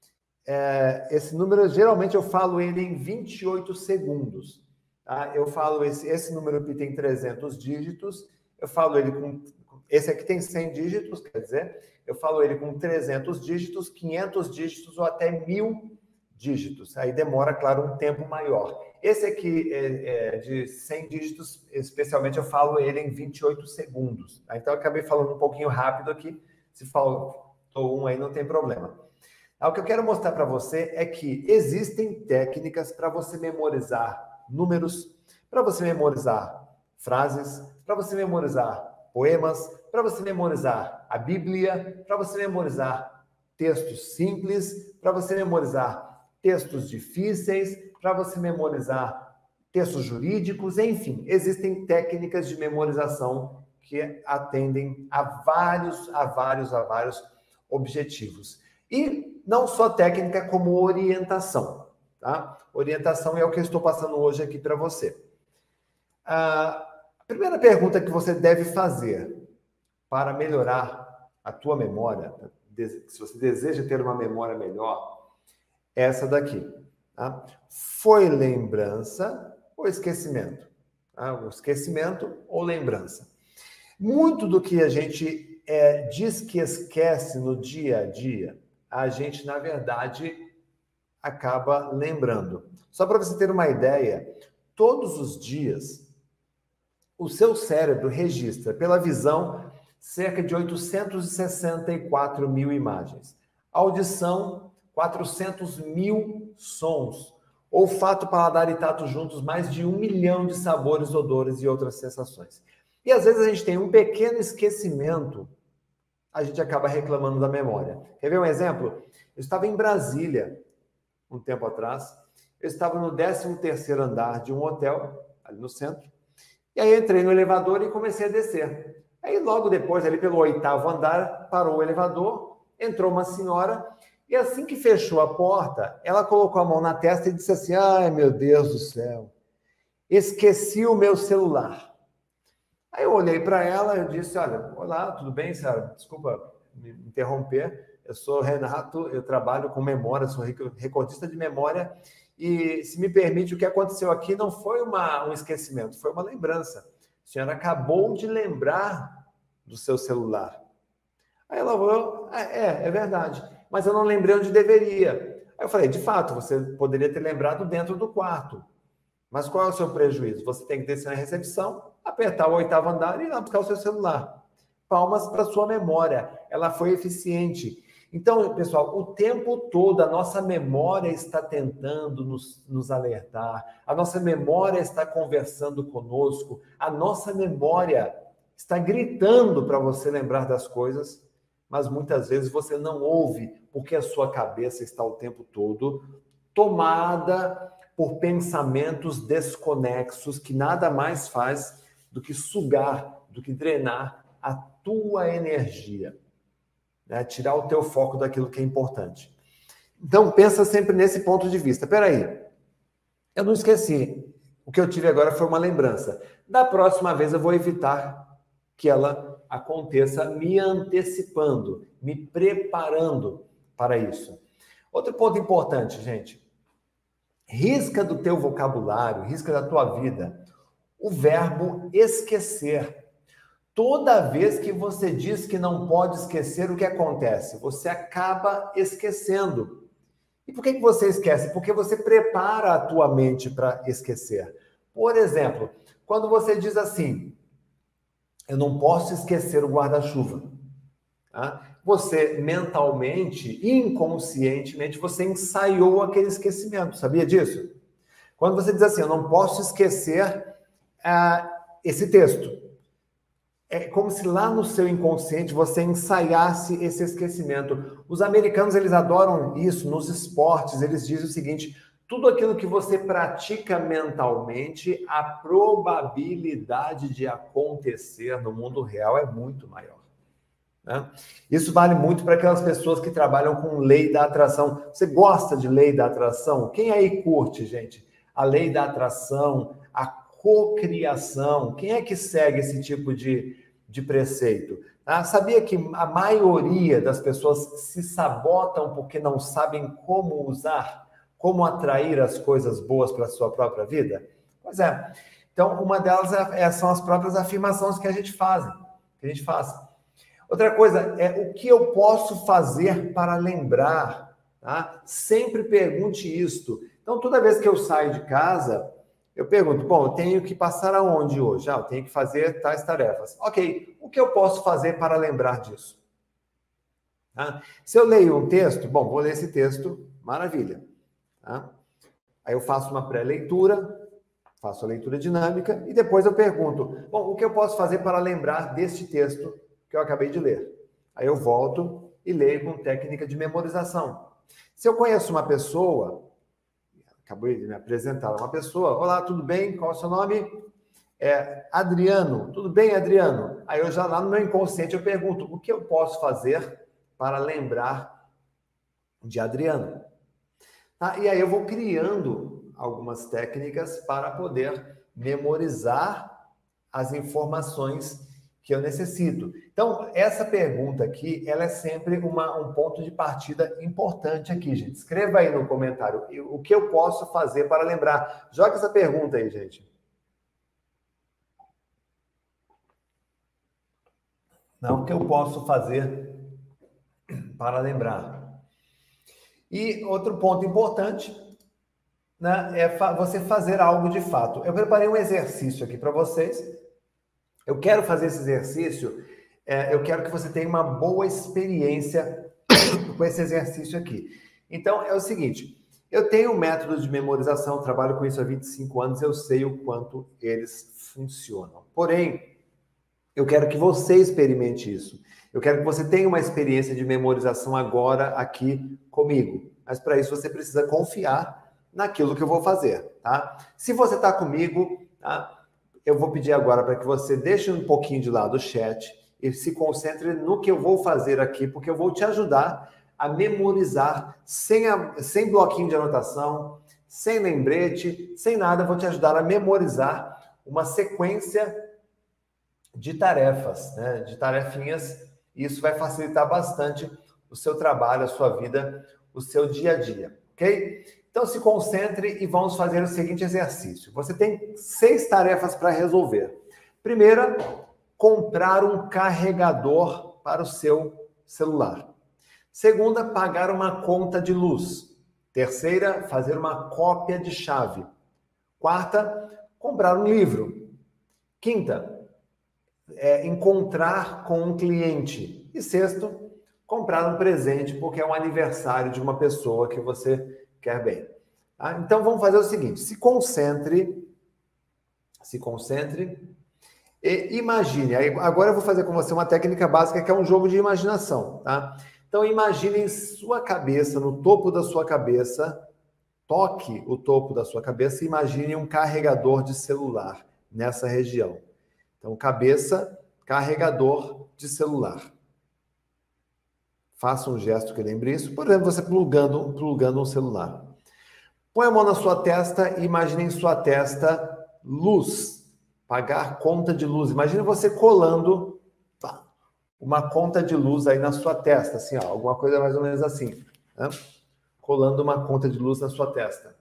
Esse número, geralmente, eu falo ele em 28 segundos. Tá? Eu falo esse número aqui tem 300 dígitos, eu falo ele com... Esse aqui tem 100 dígitos, quer dizer, eu falo ele com 300 dígitos, 500 dígitos ou até 1000 dígitos. Aí demora, claro, um tempo maior. Esse aqui de 100 dígitos, especialmente, eu falo ele em 28 segundos. Tá? Então, eu acabei falando um pouquinho rápido aqui. Se faltou um aí, não tem problema. O que eu quero mostrar para você é que existem técnicas para você memorizar números, para você memorizar frases, para você memorizar poemas, para você memorizar a Bíblia, para você memorizar textos simples, para você memorizar textos difíceis, para você memorizar textos jurídicos, enfim, existem técnicas de memorização que atendem a vários objetivos. E não só técnica, como orientação, tá? Orientação é o que eu estou passando hoje aqui para você. A primeira pergunta que você deve fazer para melhorar a tua memória, se você deseja ter uma memória melhor, é essa daqui. Tá? Foi lembrança ou esquecimento? Tá? O esquecimento ou lembrança? Muito do que a gente diz que esquece no dia a dia, a gente, na verdade, acaba lembrando. Só para você ter uma ideia, todos os dias, o seu cérebro registra, pela visão, cerca de 864 mil imagens. Audição, 400 mil sons. Olfato, paladar e tato juntos, mais de 1 milhão de sabores, odores e outras sensações. E às vezes a gente tem um pequeno esquecimento a gente acaba reclamando da memória. Quer ver um exemplo? Eu estava em Brasília, um tempo atrás, eu estava no 13º andar de um hotel, ali no centro, e aí entrei no elevador e comecei a descer. Aí logo depois, ali pelo 8º andar, parou o elevador, entrou uma senhora, e assim que fechou a porta, ela colocou a mão na testa e disse assim, ai meu Deus do céu, esqueci o meu celular. Aí eu olhei para ela e disse, olha, olá, tudo bem, senhora? Desculpa me interromper, eu sou Renato, eu trabalho com memória, sou recordista de memória, e se me permite, o que aconteceu aqui não foi um esquecimento, foi uma lembrança. A senhora acabou de lembrar do seu celular. Aí ela falou, é verdade, mas eu não lembrei onde deveria. Aí eu falei, de fato, você poderia ter lembrado dentro do quarto. Mas qual é o seu prejuízo? Você tem que descer na recepção, apertar o 8º andar e ir lá buscar o seu celular. Palmas para sua memória, ela foi eficiente. Então, pessoal, o tempo todo a nossa memória está tentando nos alertar, a nossa memória está conversando conosco, a nossa memória está gritando para você lembrar das coisas, mas muitas vezes você não ouve, porque a sua cabeça está o tempo todo tomada por pensamentos desconexos que nada mais faz do que sugar, do que drenar a tua energia. Né? Tirar o teu foco daquilo que é importante. Então, pensa sempre nesse ponto de vista. Peraí, eu não esqueci. O que eu tive agora foi uma lembrança. Da próxima vez eu vou evitar que ela aconteça me antecipando, me preparando para isso. Outro ponto importante, gente. Risca do teu vocabulário, risca da tua vida o verbo esquecer. Toda vez que você diz que não pode esquecer, o que acontece? Você acaba esquecendo. E por que você esquece? Porque você prepara a tua mente para esquecer. Por exemplo, quando você diz assim, eu não posso esquecer o guarda-chuva. Tá? Você mentalmente, inconscientemente, você ensaiou aquele esquecimento. Sabia disso? Quando você diz assim, eu não posso esquecer esse texto. É como se lá no seu inconsciente você ensaiasse esse esquecimento. Os americanos, eles adoram isso nos esportes. Eles dizem o seguinte, tudo aquilo que você pratica mentalmente, a probabilidade de acontecer no mundo real é muito maior. Né? Isso vale muito para aquelas pessoas que trabalham com lei da atração. Você gosta de lei da atração? Quem aí curte, gente? A lei da atração, a cocriação. Quem é que segue esse tipo de preceito? Tá? Sabia que a maioria das pessoas se sabotam porque não sabem como usar, como atrair as coisas boas para a sua própria vida? Pois é. Então, uma delas são as próprias afirmações que a gente faz. Outra coisa é o que eu posso fazer para lembrar, tá? Sempre pergunte isto. Então, toda vez que eu saio de casa, eu pergunto, bom, eu tenho que passar aonde hoje? Eu tenho que fazer tais tarefas. Ok, o que eu posso fazer para lembrar disso? Tá? Se eu leio um texto, bom, vou ler esse texto, maravilha. Tá? Aí eu faço uma pré-leitura, faço a leitura dinâmica e depois eu pergunto, bom, o que eu posso fazer para lembrar deste texto que eu acabei de ler? Aí eu volto e leio com técnica de memorização. Se eu conheço uma pessoa, acabei de me apresentar uma pessoa, olá, tudo bem? Qual é o seu nome? Adriano. Tudo bem, Adriano? Aí eu já lá no meu inconsciente eu pergunto, o que eu posso fazer para lembrar de Adriano? Tá? E aí eu vou criando algumas técnicas para poder memorizar as informações que eu necessito. Então, essa pergunta aqui, ela é sempre um ponto de partida importante aqui, gente. Escreva aí no comentário o que eu posso fazer para lembrar. Joga essa pergunta aí, gente. Não, o que eu posso fazer para lembrar? E outro ponto importante, né, é você fazer algo de fato. Eu preparei um exercício aqui para vocês. Eu quero fazer esse exercício, eu quero que você tenha uma boa experiência com esse exercício aqui. Então, é o seguinte, eu tenho um método de memorização, trabalho com isso há 25 anos, eu sei o quanto eles funcionam. Porém, Eu quero que você experimente isso. Eu quero que você tenha uma experiência de memorização agora aqui comigo. Mas para isso você precisa confiar naquilo que eu vou fazer, tá? Se você está comigo, tá? Eu vou pedir agora para que você deixe um pouquinho de lado o chat e se concentre no que eu vou fazer aqui, porque eu vou te ajudar a memorizar sem bloquinho de anotação, sem lembrete, sem nada. Eu vou te ajudar a memorizar uma sequência de tarefas, né? De tarefinhas. E isso vai facilitar bastante o seu trabalho, a sua vida, o seu dia a dia, ok? Então se concentre e vamos fazer o seguinte exercício. Você tem 6 tarefas para resolver. Primeira, comprar um carregador para o seu celular. Segunda, pagar uma conta de luz. Terceira, fazer uma cópia de chave. Quarta, comprar um livro. Quinta, encontrar com um cliente. E sexto, comprar um presente, porque é um aniversário de uma pessoa que você quer bem. Tá? Então, vamos fazer o seguinte. Se concentre e imagine. Agora eu vou fazer com você uma técnica básica que é um jogo de imaginação. Tá? Então, imagine em sua cabeça, no topo da sua cabeça, toque o topo da sua cabeça e imagine um carregador de celular nessa região. Então, cabeça, carregador de celular. Faça um gesto que lembre isso. Por exemplo, você plugando um celular. Põe a mão na sua testa e imagine em sua testa luz. Pagar conta de luz. Imagine você colando uma conta de luz aí na sua testa. Assim, ó, alguma coisa mais ou menos assim. Né? Colando uma conta de luz na sua testa.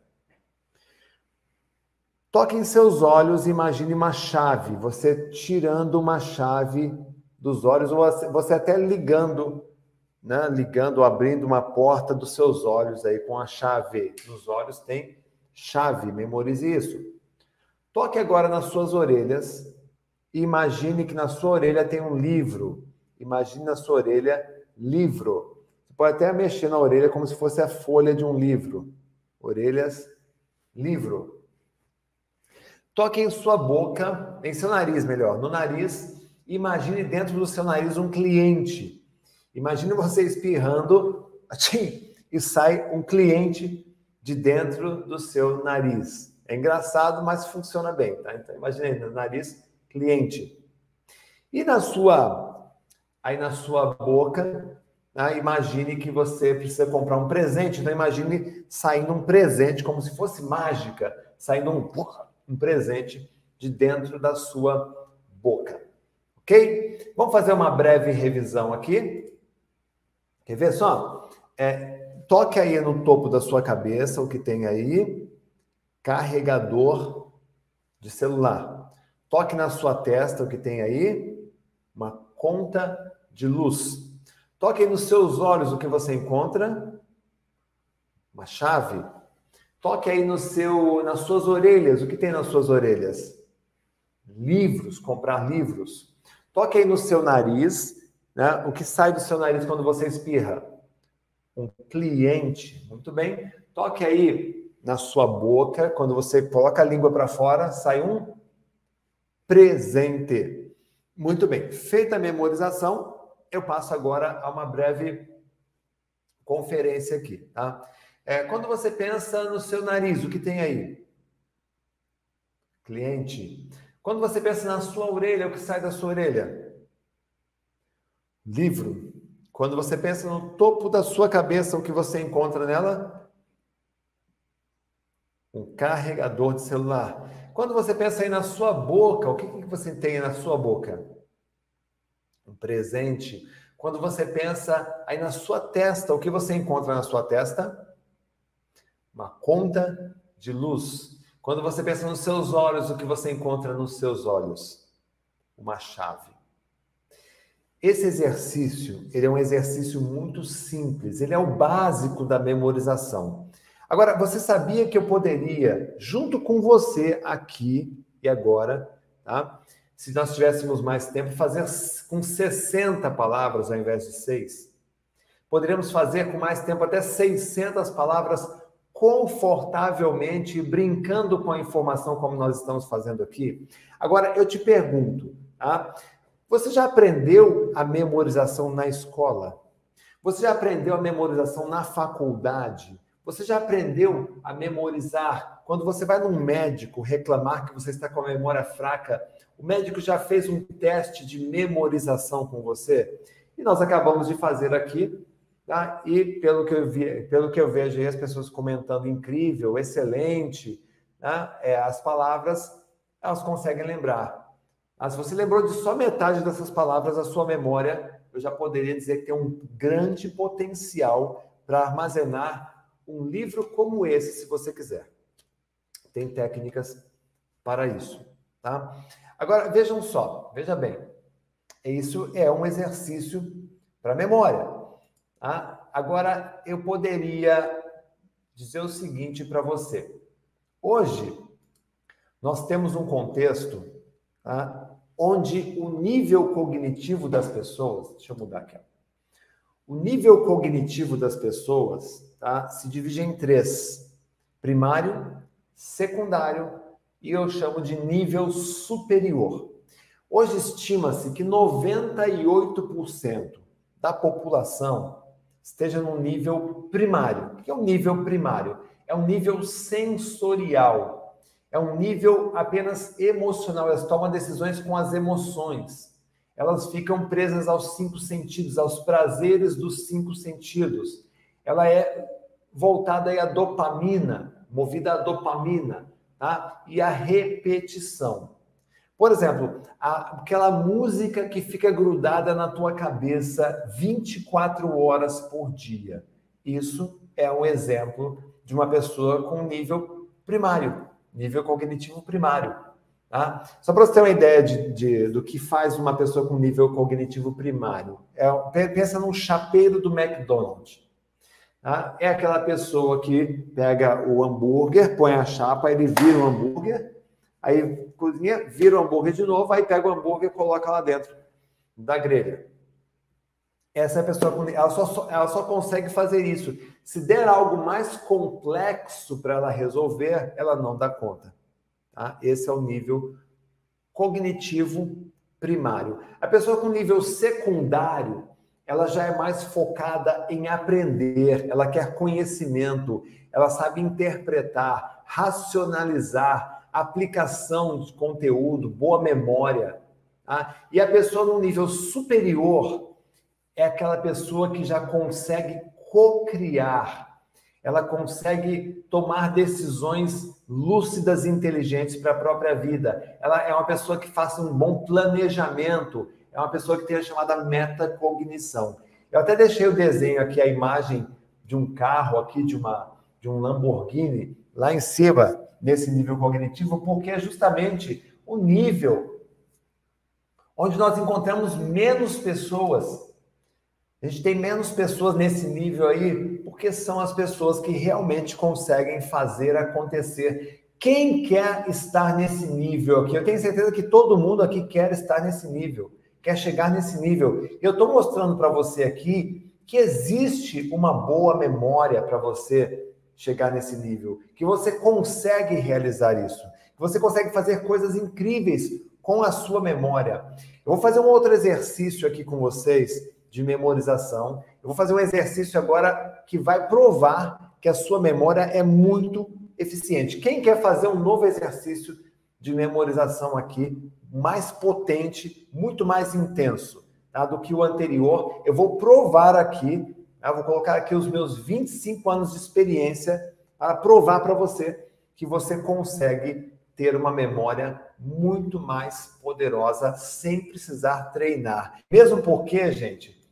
Toque em seus olhos e imagine uma chave. Você tirando uma chave dos olhos, ou você até ligando, né? Ligando, abrindo uma porta dos seus olhos aí com a chave. Nos olhos tem chave, memorize isso. Toque agora nas suas orelhas e imagine que na sua orelha tem um livro. Imagine na sua orelha livro. Você pode até mexer na orelha como se fosse a folha de um livro. Orelhas, livro. Toque em sua boca, em seu nariz, melhor, no nariz, e imagine dentro do seu nariz um cliente. Imagine você espirrando e sai um cliente de dentro do seu nariz. É engraçado, mas funciona bem, tá? Então, imagine aí no nariz, cliente. E na sua boca, né, imagine que você precisa comprar um presente. Então, imagine saindo um presente, como se fosse mágica, saindo um presente de dentro da sua boca. Ok? Vamos fazer uma breve revisão aqui. Quer ver só? Toque aí no topo da sua cabeça o que tem aí. Carregador de celular. Toque na sua testa o que tem aí. Uma conta de luz. Toque aí nos seus olhos o que você encontra. Uma chave. Toque aí nas suas orelhas. O que tem nas suas orelhas? Livros, comprar livros. Toque aí no seu nariz, né? O que sai do seu nariz quando você espirra? Um cliente. Muito bem. Toque aí na sua boca, quando você coloca a língua para fora, sai um presente. Muito bem. Feita a memorização, eu passo agora a uma breve conferência aqui, tá? Quando você pensa no seu nariz, o que tem aí? Cliente. Quando você pensa na sua orelha, o que sai da sua orelha? Livro. Quando você pensa no topo da sua cabeça, o que você encontra nela? Um carregador de celular. Quando você pensa aí na sua boca, o que você tem na sua boca? Um presente. Quando você pensa aí na sua testa, o que você encontra na sua testa? Uma conta de luz. Quando você pensa nos seus olhos, o que você encontra nos seus olhos? Uma chave. Esse exercício, ele é um exercício muito simples. Ele é o básico da memorização. Agora, você sabia que eu poderia, junto com você aqui e agora, tá? Se nós tivéssemos mais tempo, fazer com 60 palavras ao invés de 6? Poderíamos fazer com mais tempo até 600 palavras confortavelmente, brincando com a informação como nós estamos fazendo aqui. Agora, eu te pergunto, tá? Você já aprendeu a memorização na escola? Você já aprendeu a memorização na faculdade? Você já aprendeu a memorizar? Quando você vai num médico reclamar que você está com a memória fraca, o médico já fez um teste de memorização com você? E nós acabamos de fazer aqui, tá? E pelo que eu vejo aí, as pessoas comentando incrível, excelente, tá? As palavras, elas conseguem lembrar. Se você lembrou de só metade dessas palavras, a sua memória, eu já poderia dizer que tem um grande potencial para armazenar um livro como esse, se você quiser. Tem técnicas para isso, tá? Agora, vejam só, veja bem, isso é um exercício para memória, tá? Agora, eu poderia dizer o seguinte para você. Hoje, nós temos um contexto, tá, onde o nível cognitivo das pessoas... Deixa eu mudar aqui. O nível cognitivo das pessoas, tá, se divide em 3. Primário, secundário e eu chamo de nível superior. Hoje estima-se que 98% da população esteja no nível primário. O que é um nível primário? É um nível sensorial. É um nível apenas emocional. Elas tomam decisões com as emoções. Elas ficam presas aos 5 sentidos, aos prazeres dos 5 sentidos. Ela é voltada aí à dopamina, movida à dopamina, tá? E à repetição. Por exemplo, aquela música que fica grudada na tua cabeça 24 horas por dia. Isso é um exemplo de uma pessoa com nível primário. Nível cognitivo primário, tá? Só para você ter uma ideia do que faz uma pessoa com nível cognitivo primário. Pensa num chapeiro do McDonald's. Tá? É aquela pessoa que pega o hambúrguer, põe a chapa, ele vira o hambúrguer, aí cozinha, vira o hambúrguer de novo, aí pega o hambúrguer e coloca lá dentro da grelha. Essa é a pessoa, ela só consegue fazer isso. Se der algo mais complexo para ela resolver, ela não dá conta. Tá? Esse é o nível cognitivo primário. A pessoa com nível secundário, ela já é mais focada em aprender, ela quer conhecimento, ela sabe interpretar, racionalizar, aplicação de conteúdo, boa memória. Tá? E a pessoa no nível superior é aquela pessoa que já consegue co-criar, ela consegue tomar decisões lúcidas e inteligentes para a própria vida. Ela é uma pessoa que faça um bom planejamento, é uma pessoa que tem a chamada metacognição. Eu até deixei o desenho aqui, a imagem de um carro aqui, de um Lamborghini, lá em cima, nesse nível cognitivo, porque é justamente o nível onde nós encontramos menos pessoas. A gente tem menos pessoas nesse nível aí, porque são as pessoas que realmente conseguem fazer acontecer. Quem quer estar nesse nível aqui? Eu tenho certeza que todo mundo aqui quer estar nesse nível, quer chegar nesse nível. Eu estou mostrando para você aqui que existe uma boa memória para você chegar nesse nível, que você consegue realizar isso, que você consegue fazer coisas incríveis com a sua memória. Eu vou fazer um outro exercício aqui com vocês, de memorização. Eu vou fazer um exercício agora que vai provar que a sua memória é muito eficiente. Quem quer fazer um novo exercício de memorização aqui, mais potente, muito mais intenso, tá, do que o anterior? Eu vou provar aqui, tá, vou colocar aqui os meus 25 anos de experiência para provar para você que você consegue ter uma memória muito mais poderosa sem precisar treinar. Mesmo porque, gente,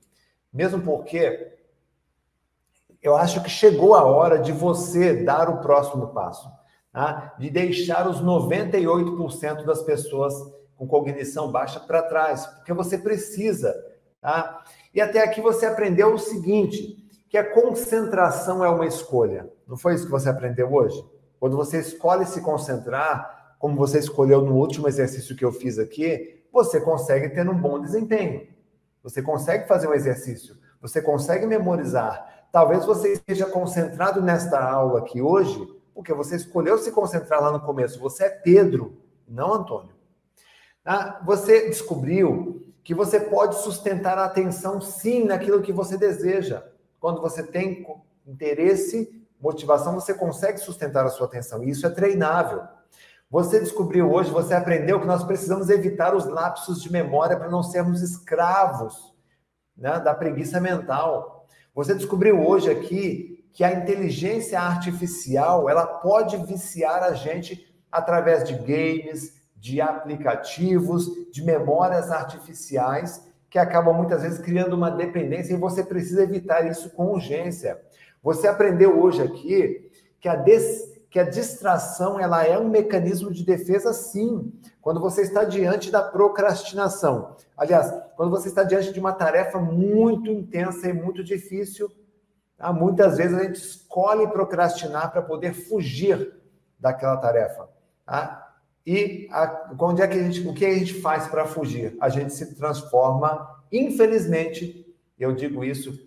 eu acho que chegou a hora de você dar o próximo passo, tá? De deixar os 98% das pessoas com cognição baixa para trás, porque você precisa, tá? E até aqui você aprendeu o seguinte, que a concentração é uma escolha. Não foi isso que você aprendeu hoje? Quando você escolhe se concentrar, como você escolheu no último exercício que eu fiz aqui, você consegue ter um bom desempenho. Você consegue fazer um exercício, você consegue memorizar. Talvez você esteja concentrado nesta aula aqui hoje, porque você escolheu se concentrar lá no começo. Você é Pedro, não Antônio. Você descobriu que você pode sustentar a atenção, sim, naquilo que você deseja. Quando você tem interesse, motivação, você consegue sustentar a sua atenção. E isso é treinável. Você descobriu hoje, você aprendeu que nós precisamos evitar os lapsos de memória para não sermos escravos, né, da preguiça mental. Você descobriu hoje aqui que a inteligência artificial, ela pode viciar a gente através de games, de aplicativos, de memórias artificiais, que acabam muitas vezes criando uma dependência, e você precisa evitar isso com urgência. Você aprendeu hoje aqui que a distração, ela é um mecanismo de defesa, sim, quando você está diante da procrastinação. Aliás, quando você está diante de uma tarefa muito intensa e muito difícil, tá? Muitas vezes a gente escolhe procrastinar para poder fugir daquela tarefa. Tá? E onde é que o que a gente faz para fugir? A gente se transforma, infelizmente, eu digo isso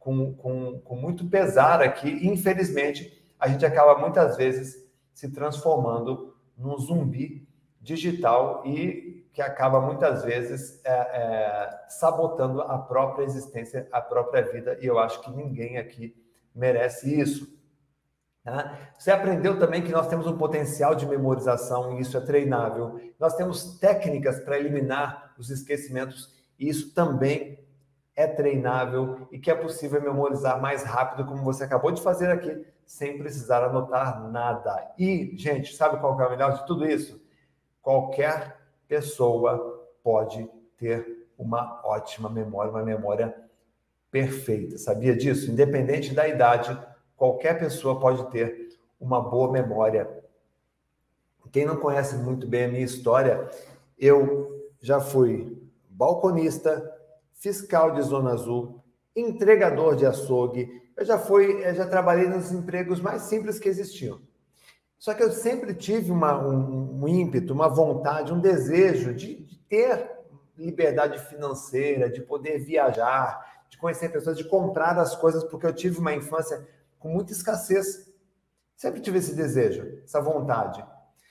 com muito pesar aqui, infelizmente, a gente acaba muitas vezes se transformando num zumbi digital e que acaba muitas vezes sabotando a própria existência, a própria vida, e eu acho que ninguém aqui merece isso. Tá? Você aprendeu também que nós temos um potencial de memorização e isso é treinável. Nós temos técnicas para eliminar os esquecimentos e isso também é treinável e que é possível memorizar mais rápido, como você acabou de fazer aqui, sem precisar anotar nada. E, gente, sabe qual que é o melhor de tudo isso? Qualquer pessoa pode ter uma ótima memória, uma memória perfeita. Sabia disso? Independente da idade, qualquer pessoa pode ter uma boa memória. Quem não conhece muito bem a minha história, eu já fui balconista, fiscal de Zona Azul, entregador de açougue, eu já trabalhei nos empregos mais simples que existiam. Só que eu sempre tive um ímpeto, uma vontade, um desejo de ter liberdade financeira, de poder viajar, de conhecer pessoas, de comprar as coisas, porque eu tive uma infância com muita escassez. Sempre tive esse desejo, essa vontade.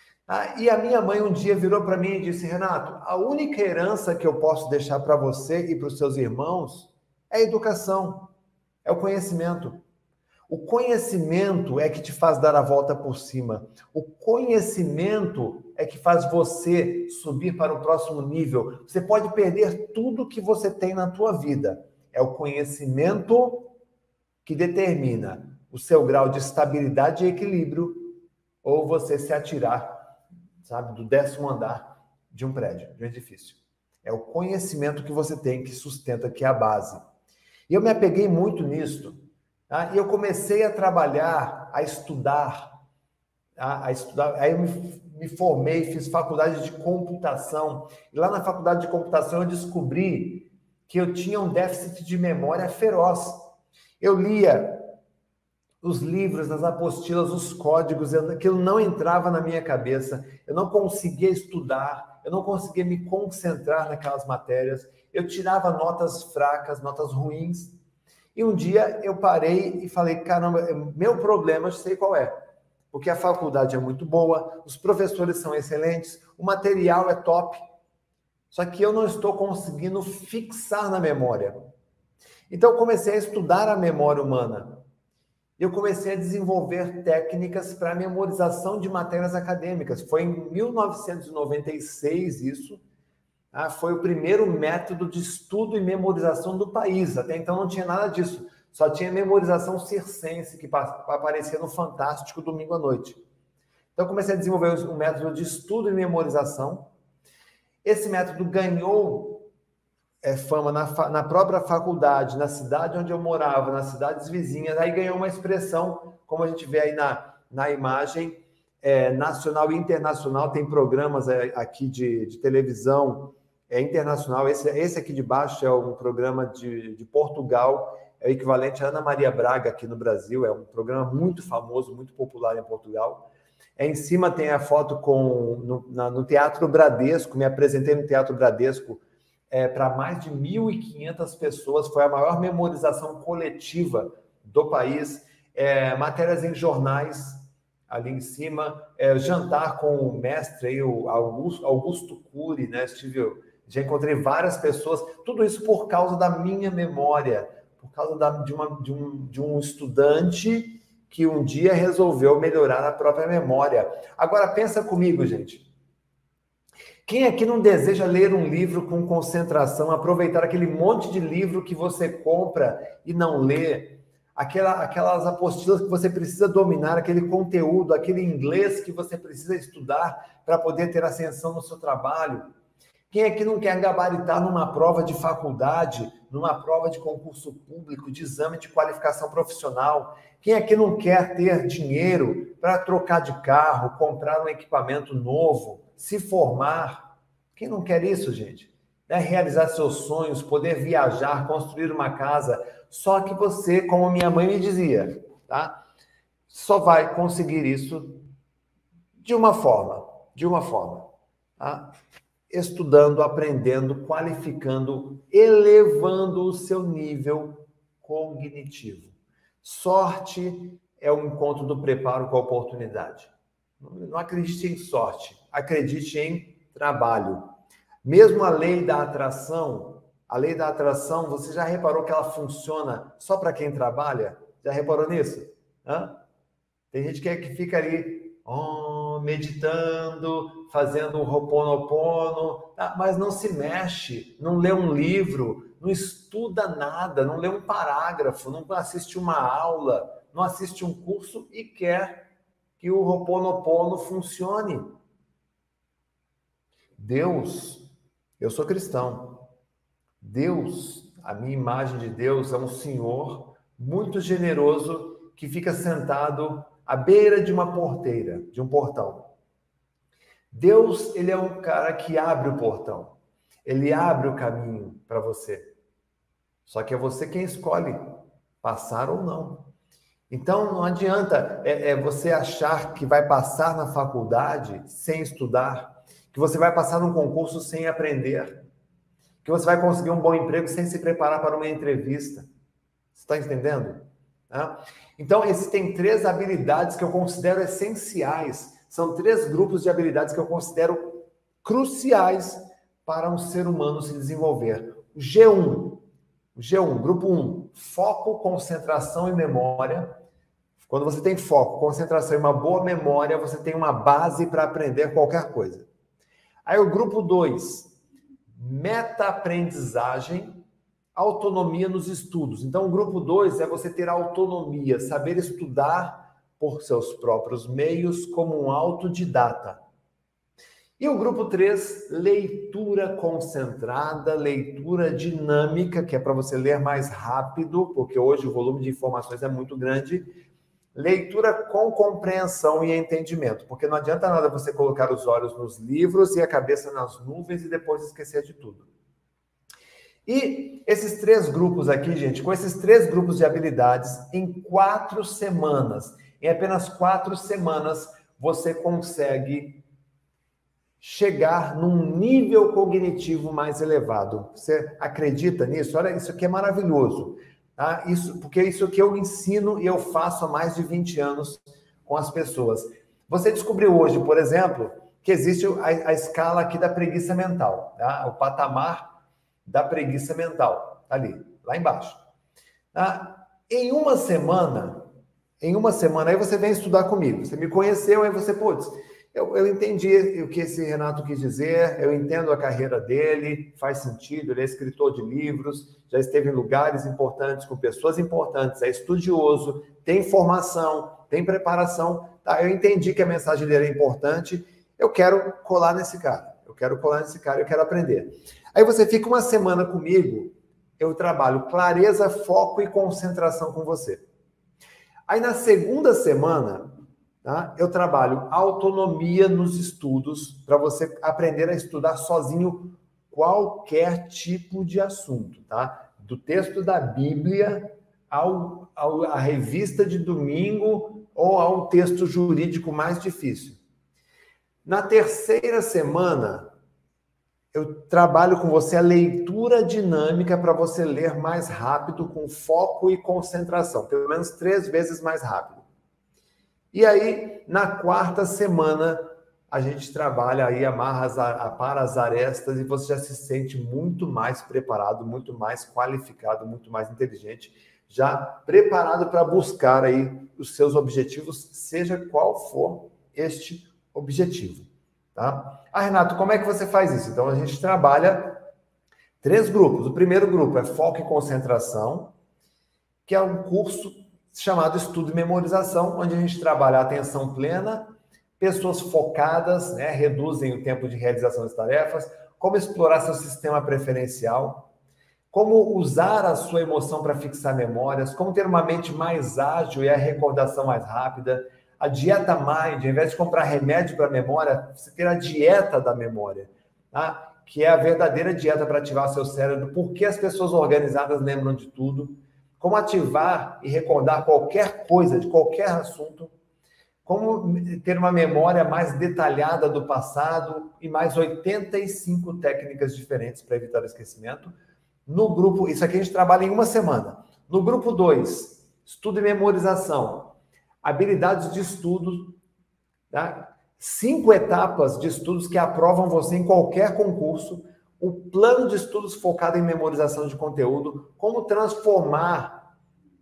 E a minha mãe um dia virou para mim e disse: Renato, a única herança que eu posso deixar para você e para os seus irmãos é a educação, é o conhecimento. O conhecimento é que te faz dar a volta por cima. O conhecimento é que faz você subir para o próximo nível. Você pode perder tudo que você tem na tua vida. É o conhecimento que determina o seu grau de estabilidade e equilíbrio ou você se atirar, sabe, do 10º andar de um prédio, de um edifício. É o conhecimento que você tem que sustenta, que é a base. E eu me apeguei muito nisto. E eu comecei a trabalhar, a estudar. Aí eu me formei, fiz faculdade de computação. E lá na faculdade de computação eu descobri que eu tinha um déficit de memória feroz. Eu lia os livros, as apostilas, os códigos, aquilo não entrava na minha cabeça. Eu não conseguia estudar, eu não conseguia me concentrar naquelas matérias. Eu tirava notas fracas, notas ruins. E um dia eu parei e falei, caramba, meu problema eu sei qual é. Porque a faculdade é muito boa, os professores são excelentes, o material é top. Só que eu não estou conseguindo fixar na memória. Então eu comecei a estudar a memória humana. Eu comecei a desenvolver técnicas para memorização de matérias acadêmicas. Foi em 1996 isso. Foi o primeiro método de estudo e memorização do país. Até então não tinha nada disso. Só tinha memorização circense, que aparecia no Fantástico domingo à noite. Então eu comecei a desenvolver um método de estudo e memorização. Esse método ganhou fama na própria faculdade, na cidade onde eu morava, nas cidades vizinhas. Aí ganhou uma expressão, como a gente vê aí na imagem, nacional e internacional. Tem programas aqui de televisão internacional. Esse aqui de baixo é um programa de Portugal, é o equivalente a Ana Maria Braga aqui no Brasil. É um programa muito famoso, muito popular em Portugal. Em cima tem a foto no Teatro Bradesco. Me apresentei no Teatro Bradesco para mais de 1.500 pessoas. Foi a maior memorização coletiva do país. Matérias em jornais, ali em cima. Jantar com o mestre, aí, o Augusto Cury, né? Já encontrei várias pessoas, tudo isso por causa da minha memória, por causa de um estudante que um dia resolveu melhorar a própria memória. Agora, pensa comigo, gente. Quem aqui não deseja ler um livro com concentração, aproveitar aquele monte de livro que você compra e não lê, aquelas apostilas que você precisa dominar, aquele conteúdo, aquele inglês que você precisa estudar para poder ter ascensão no seu trabalho? Quem aqui não quer gabaritar numa prova de faculdade, numa prova de concurso público, de exame de qualificação profissional? Quem aqui não quer ter dinheiro para trocar de carro, comprar um equipamento novo, se formar? Quem não quer isso, gente? Realizar seus sonhos, poder viajar, construir uma casa. Só que você, como minha mãe me dizia, tá? Só vai conseguir isso de uma forma, tá? Estudando, aprendendo, qualificando, elevando o seu nível cognitivo. Sorte é o encontro do preparo com a oportunidade. Não acredite em sorte, acredite em trabalho. Mesmo a lei da atração, você já reparou que ela funciona só para quem trabalha? Já reparou nisso? Tem gente que fica ali meditando, fazendo um Ho'oponopono, mas não se mexe, não lê um livro, não estuda nada, não lê um parágrafo, não assiste uma aula, não assiste um curso e quer que o Ho'oponopono funcione. Deus, eu sou cristão, Deus, a minha imagem de Deus é um Senhor muito generoso que fica sentado à beira de uma porteira, de um portão. Deus, ele é um cara que abre o portão. Ele abre o caminho para você. Só que é você quem escolhe passar ou não. Então, não adianta você achar que vai passar na faculdade sem estudar, que você vai passar num concurso sem aprender, que você vai conseguir um bom emprego sem se preparar para uma entrevista. Você está entendendo? Então, existem 3 habilidades que eu considero essenciais. São 3 grupos de habilidades que eu considero cruciais para um ser humano se desenvolver. O G1, grupo 1, foco, concentração e memória. Quando você tem foco, concentração e uma boa memória, você tem uma base para aprender qualquer coisa. Aí o grupo 2, meta-aprendizagem, autonomia nos estudos. Então, o grupo 2 é você ter autonomia, saber estudar por seus próprios meios como um autodidata. E o grupo 3, leitura concentrada, leitura dinâmica, que é para você ler mais rápido, porque hoje o volume de informações é muito grande. Leitura com compreensão e entendimento, porque não adianta nada você colocar os olhos nos livros e a cabeça nas nuvens e depois esquecer de tudo. E esses 3 grupos aqui, gente, com esses 3 grupos de habilidades, em 4 semanas, em apenas 4 semanas, você consegue chegar num nível cognitivo mais elevado. Você acredita nisso? Olha, isso aqui é maravilhoso. Tá? Porque isso que eu ensino e eu faço há mais de 20 anos com as pessoas. Você descobriu hoje, por exemplo, que existe a escala aqui da preguiça mental, tá? O patamar da preguiça mental, tá ali, lá embaixo. Tá? Em uma semana, aí você vem estudar comigo. Você me conheceu, aí você, eu entendi o que esse Renato quis dizer, eu entendo a carreira dele, faz sentido, ele é escritor de livros, já esteve em lugares importantes, com pessoas importantes, é estudioso, tem formação, tem preparação, tá? Eu entendi que a mensagem dele é importante, eu quero colar nesse cara, eu quero aprender. Aí você fica uma semana comigo, eu trabalho clareza, foco e concentração com você. Aí na segunda semana, tá, eu trabalho autonomia nos estudos, para você aprender a estudar sozinho qualquer tipo de assunto, tá? Do texto da Bíblia à revista de domingo ou ao texto jurídico mais difícil. Na terceira semana, eu trabalho com você a leitura dinâmica para você ler mais rápido, com foco e concentração, pelo menos 3 vezes mais rápido. E aí, na quarta semana, a gente trabalha aí, apara as arestas e você já se sente muito mais preparado, muito mais qualificado, muito mais inteligente, já preparado para buscar aí os seus objetivos, seja qual for este objetivo, tá? Renato, como é que você faz isso? Então, a gente trabalha 3 grupos. O primeiro grupo é Foco e Concentração, que é um curso chamado Estudo e Memorização, onde a gente trabalha a atenção plena, pessoas focadas, né, reduzem o tempo de realização das tarefas, como explorar seu sistema preferencial, como usar a sua emoção para fixar memórias, como ter uma mente mais ágil e a recordação mais rápida, a dieta Mind, ao invés de comprar remédio para a memória, você ter a dieta da memória, tá? Que é a verdadeira dieta para ativar o seu cérebro, porque as pessoas organizadas lembram de tudo, como ativar e recordar qualquer coisa, de qualquer assunto, como ter uma memória mais detalhada do passado e mais 85 técnicas diferentes para evitar o esquecimento. No grupo, isso aqui a gente trabalha em uma semana. No grupo 2, estudo e memorização, habilidades de estudo, tá? 5 etapas de estudos que aprovam você em qualquer concurso, o plano de estudos focado em memorização de conteúdo, como transformar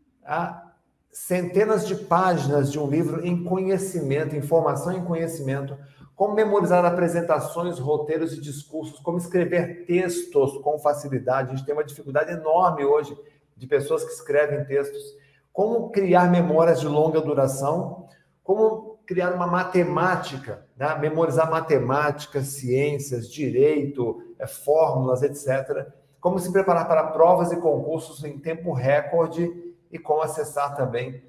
centenas de páginas de um livro em conhecimento, informação em conhecimento, como memorizar apresentações, roteiros e discursos, como escrever textos com facilidade. A gente tem uma dificuldade enorme hoje de pessoas que escrevem textos, como criar memórias de longa duração, como criar uma matemática, né? Memorizar matemática, ciências, direito, fórmulas, etc. Como se preparar para provas e concursos em tempo recorde e como acessar também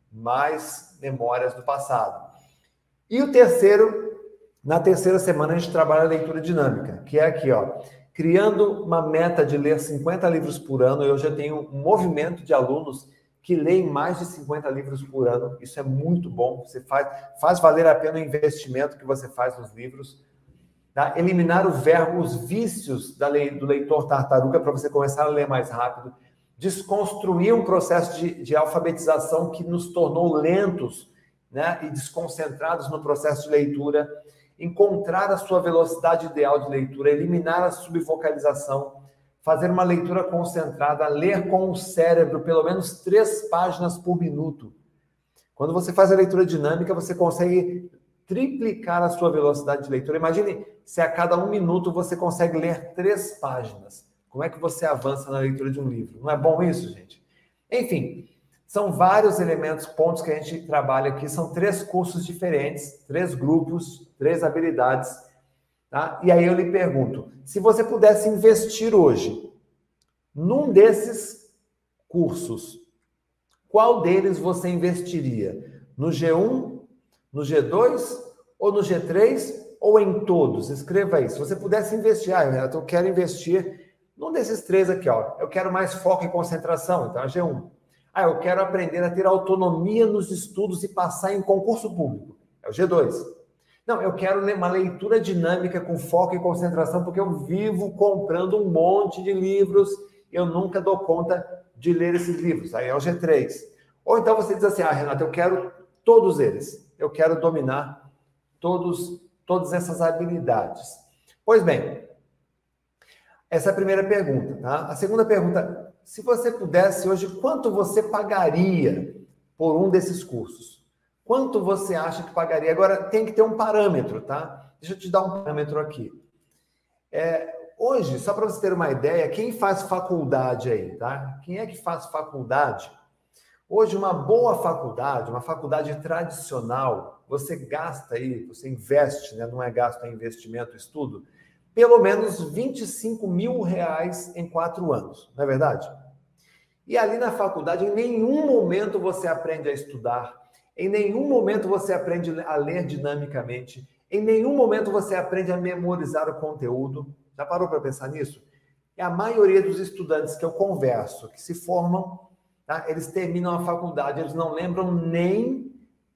mais memórias do passado. E o terceiro, na terceira semana, a gente trabalha a leitura dinâmica, que é aqui, ó, criando uma meta de ler 50 livros por ano. Eu já tenho um movimento de alunos que leem mais de 50 livros por ano. Isso é muito bom. Você faz valer a pena o investimento que você faz nos livros. Tá? Eliminar os vícios do leitor tartaruga para você começar a ler mais rápido. Desconstruir um processo de alfabetização que nos tornou lentos, né, e desconcentrados no processo de leitura. Encontrar a sua velocidade ideal de leitura. Eliminar a subvocalização. Fazer uma leitura concentrada, ler com o cérebro pelo menos 3 páginas por minuto. Quando você faz a leitura dinâmica, você consegue triplicar a sua velocidade de leitura. Imagine se a cada 1 minuto você consegue ler 3 páginas. Como é que você avança na leitura de um livro? Não é bom isso, gente? Enfim, são vários elementos, pontos que a gente trabalha aqui. São 3 cursos diferentes, 3 grupos, 3 habilidades. Tá? E aí eu lhe pergunto, se você pudesse investir hoje num desses cursos, qual deles você investiria? No G1, no G2 ou no G3 ou em todos? Escreva aí. Se você pudesse investir, Renato, eu quero investir num desses 3 aqui, ó. Eu quero mais foco e concentração, então é G1. Eu quero aprender a ter autonomia nos estudos e passar em concurso público, é o G2. Não, eu quero uma leitura dinâmica com foco e concentração, porque eu vivo comprando um monte de livros, eu nunca dou conta de ler esses livros. Aí é o G3. Ou então você diz assim, Renato, eu quero todos eles. Eu quero dominar todas essas habilidades. Pois bem, essa é a primeira pergunta. Tá? A segunda pergunta, se você pudesse hoje, quanto você pagaria por um desses cursos? Quanto você acha que pagaria? Agora, tem que ter um parâmetro, tá? Deixa eu te dar um parâmetro aqui. Hoje, só para você ter uma ideia, quem faz faculdade aí, tá? Quem é que faz faculdade? Hoje, uma boa faculdade, uma faculdade tradicional, você gasta aí, você investe, né? Não é gasto, é investimento, estudo, pelo menos R$25 mil em 4 anos, não é verdade? E ali na faculdade, em nenhum momento você aprende a estudar, em nenhum momento você aprende a ler dinamicamente, em nenhum momento você aprende a memorizar o conteúdo. Já parou para pensar nisso? E a maioria dos estudantes que eu converso, que se formam, tá? Eles terminam a faculdade, eles não lembram nem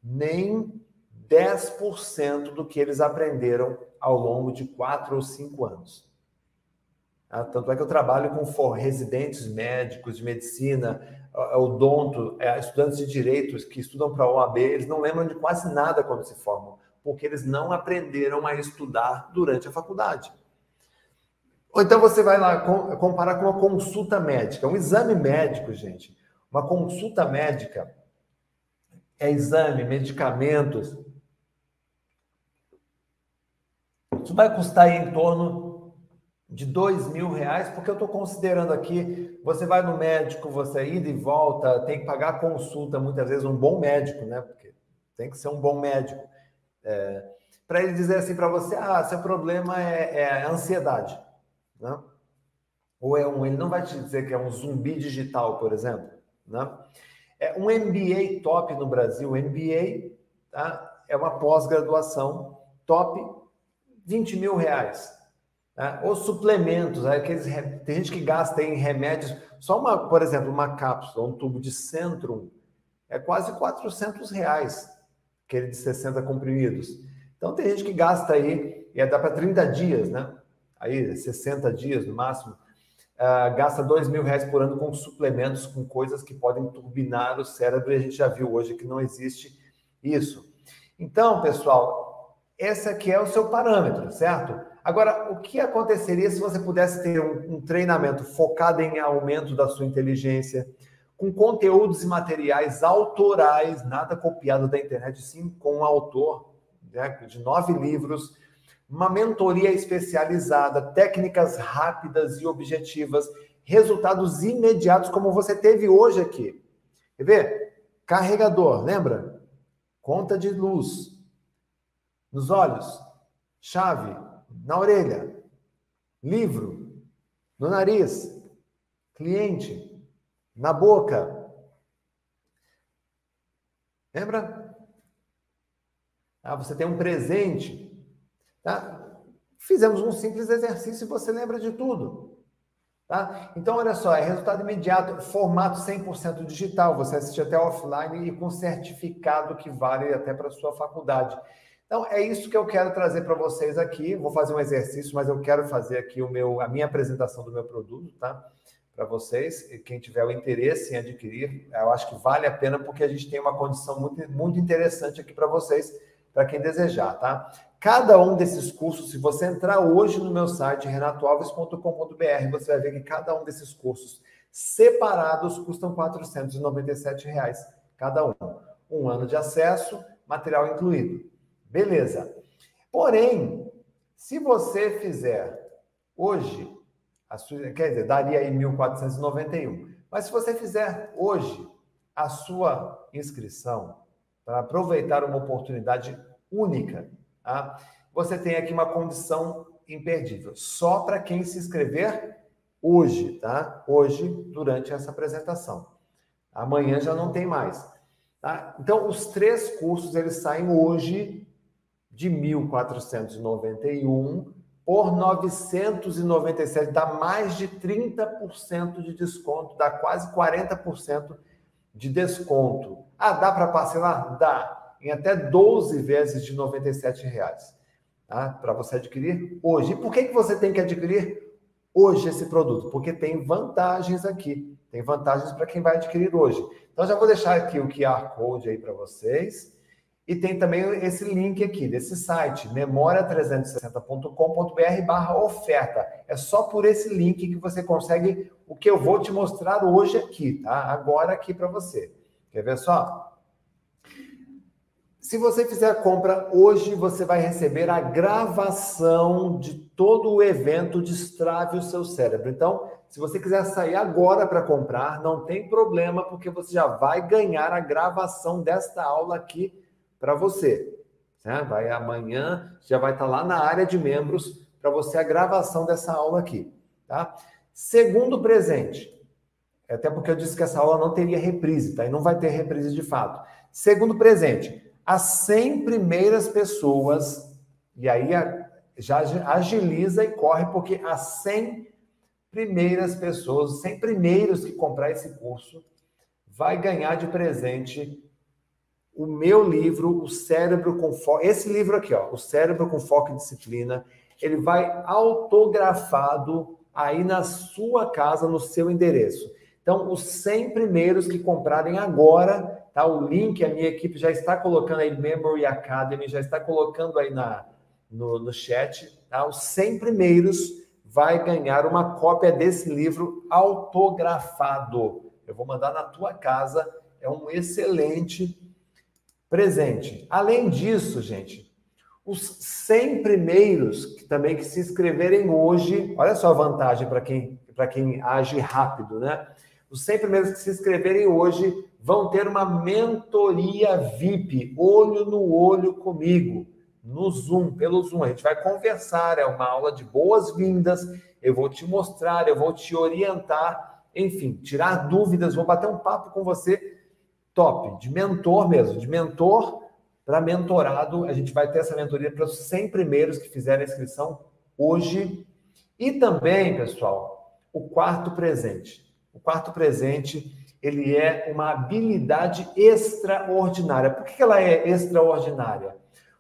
10% do que eles aprenderam ao longo de 4 ou 5 anos. Tá? Tanto é que eu trabalho com residentes médicos de medicina, odonto, estudantes de direitos que estudam para a OAB, eles não lembram de quase nada quando se formam, porque eles não aprenderam a estudar durante a faculdade. Ou então você vai lá comparar com uma consulta médica. Um exame médico, gente. Uma consulta médica é exame, medicamentos. Isso vai custar aí em torno de R$2.000, porque eu estou considerando aqui, você vai no médico, você ida e volta, tem que pagar a consulta, muitas vezes um bom médico, né? Porque tem que ser um bom médico. Para ele dizer assim para você, seu problema é ansiedade. Né? Ou ele não vai te dizer que é um zumbi digital, por exemplo. Né? Um MBA top no Brasil, MBA, tá? É uma pós-graduação top, R$20.000. Tá? Ou suplementos, tem gente que gasta em remédios, só por exemplo, uma cápsula, um tubo de Centrum, é quase R$400, aquele de 60 comprimidos. Então tem gente que gasta aí, e dá para 30 dias, né? Aí 60 dias no máximo, gasta R$2.000 por ano com suplementos, com coisas que podem turbinar o cérebro, e a gente já viu hoje que não existe isso. Então, pessoal, esse aqui é o seu parâmetro, certo? Agora, o que aconteceria se você pudesse ter um treinamento focado em aumento da sua inteligência, com conteúdos e materiais autorais, nada copiado da internet, sim, com um autor, né, de 9 livros, uma mentoria especializada, técnicas rápidas e objetivas, resultados imediatos, como você teve hoje aqui. Quer ver? Carregador, lembra? Conta de luz. Nos olhos. Chave. Na orelha. Livro. No nariz. Cliente. Na boca. Lembra? Você tem um presente. Tá? Fizemos um simples exercício e você lembra de tudo. Tá? Então, olha só, é resultado imediato, formato 100% digital, você assiste até offline e com certificado que vale até para a sua faculdade. Então, é isso que eu quero trazer para vocês aqui. Vou fazer um exercício, mas eu quero fazer aqui a minha apresentação do meu produto, tá? Para vocês, e quem tiver o interesse em adquirir, eu acho que vale a pena, porque a gente tem uma condição muito, muito interessante aqui para vocês, para quem desejar, tá? Cada um desses cursos, se você entrar hoje no meu site, renatoalves.com.br, você vai ver que cada um desses cursos separados custam R$497 cada um. Um ano de acesso, material incluído. Beleza. Porém, se você fizer hoje, quer dizer, daria aí 1.491. Mas se você fizer hoje a sua inscrição, para aproveitar uma oportunidade única, tá? Você tem aqui uma condição imperdível, só para quem se inscrever hoje, tá? Hoje, durante essa apresentação. Amanhã já não tem mais. Tá? Então, os 3 cursos, eles saem hoje de 1.491 por 997, dá mais de 30% de desconto, dá quase 40% de desconto. Dá para parcelar? Dá. Em até 12 vezes de R$97. Tá? Para você adquirir hoje. E por que você tem que adquirir hoje esse produto? Porque tem vantagens aqui. Tem vantagens para quem vai adquirir hoje. Então, já vou deixar aqui o QR Code aí para vocês. E tem também esse link aqui, desse site, memoria360.com.br/oferta. É só por esse link que você consegue o que eu vou te mostrar hoje aqui, tá? Agora aqui para você. Quer ver só? Se você fizer a compra hoje, você vai receber a gravação de todo o evento Destrave o Seu Cérebro. Então, se você quiser sair agora para comprar, não tem problema, porque você já vai ganhar a gravação desta aula aqui para você. Vai amanhã, já vai estar lá na área de membros para você a gravação dessa aula aqui. Tá? Segundo presente, até porque eu disse que essa aula não teria reprise, tá? E não vai ter reprise de fato. Segundo presente, as 100 primeiras pessoas, e aí já agiliza e corre, porque as 100 primeiras pessoas, os 100 primeiros que comprar esse curso, vai ganhar de presente o meu livro, O Cérebro com Foco. Esse livro aqui, ó, O Cérebro com Foco e Disciplina, ele vai autografado aí na sua casa, no seu endereço. Então, os 100 primeiros que comprarem agora, tá? O link, a minha equipe já está colocando aí, Memory Academy, já está colocando aí no chat, tá? Os 100 primeiros vai ganhar uma cópia desse livro autografado. Eu vou mandar na tua casa, é um excelente presente. Além disso, gente, os 100 primeiros que se inscreverem hoje, olha só a vantagem para quem age rápido, né? Os 100 primeiros que se inscreverem hoje vão ter uma mentoria VIP, olho no olho comigo, no Zoom, pelo Zoom. A gente vai conversar, é uma aula de boas-vindas, eu vou te mostrar, eu vou te orientar, enfim, tirar dúvidas, vou bater um papo com você top, de mentor mesmo, de mentor para mentorado. A gente vai ter essa mentoria para os 100 primeiros que fizerem a inscrição hoje. E também, pessoal, o quarto presente. O quarto presente, ele é uma habilidade extraordinária. Por que ela é extraordinária?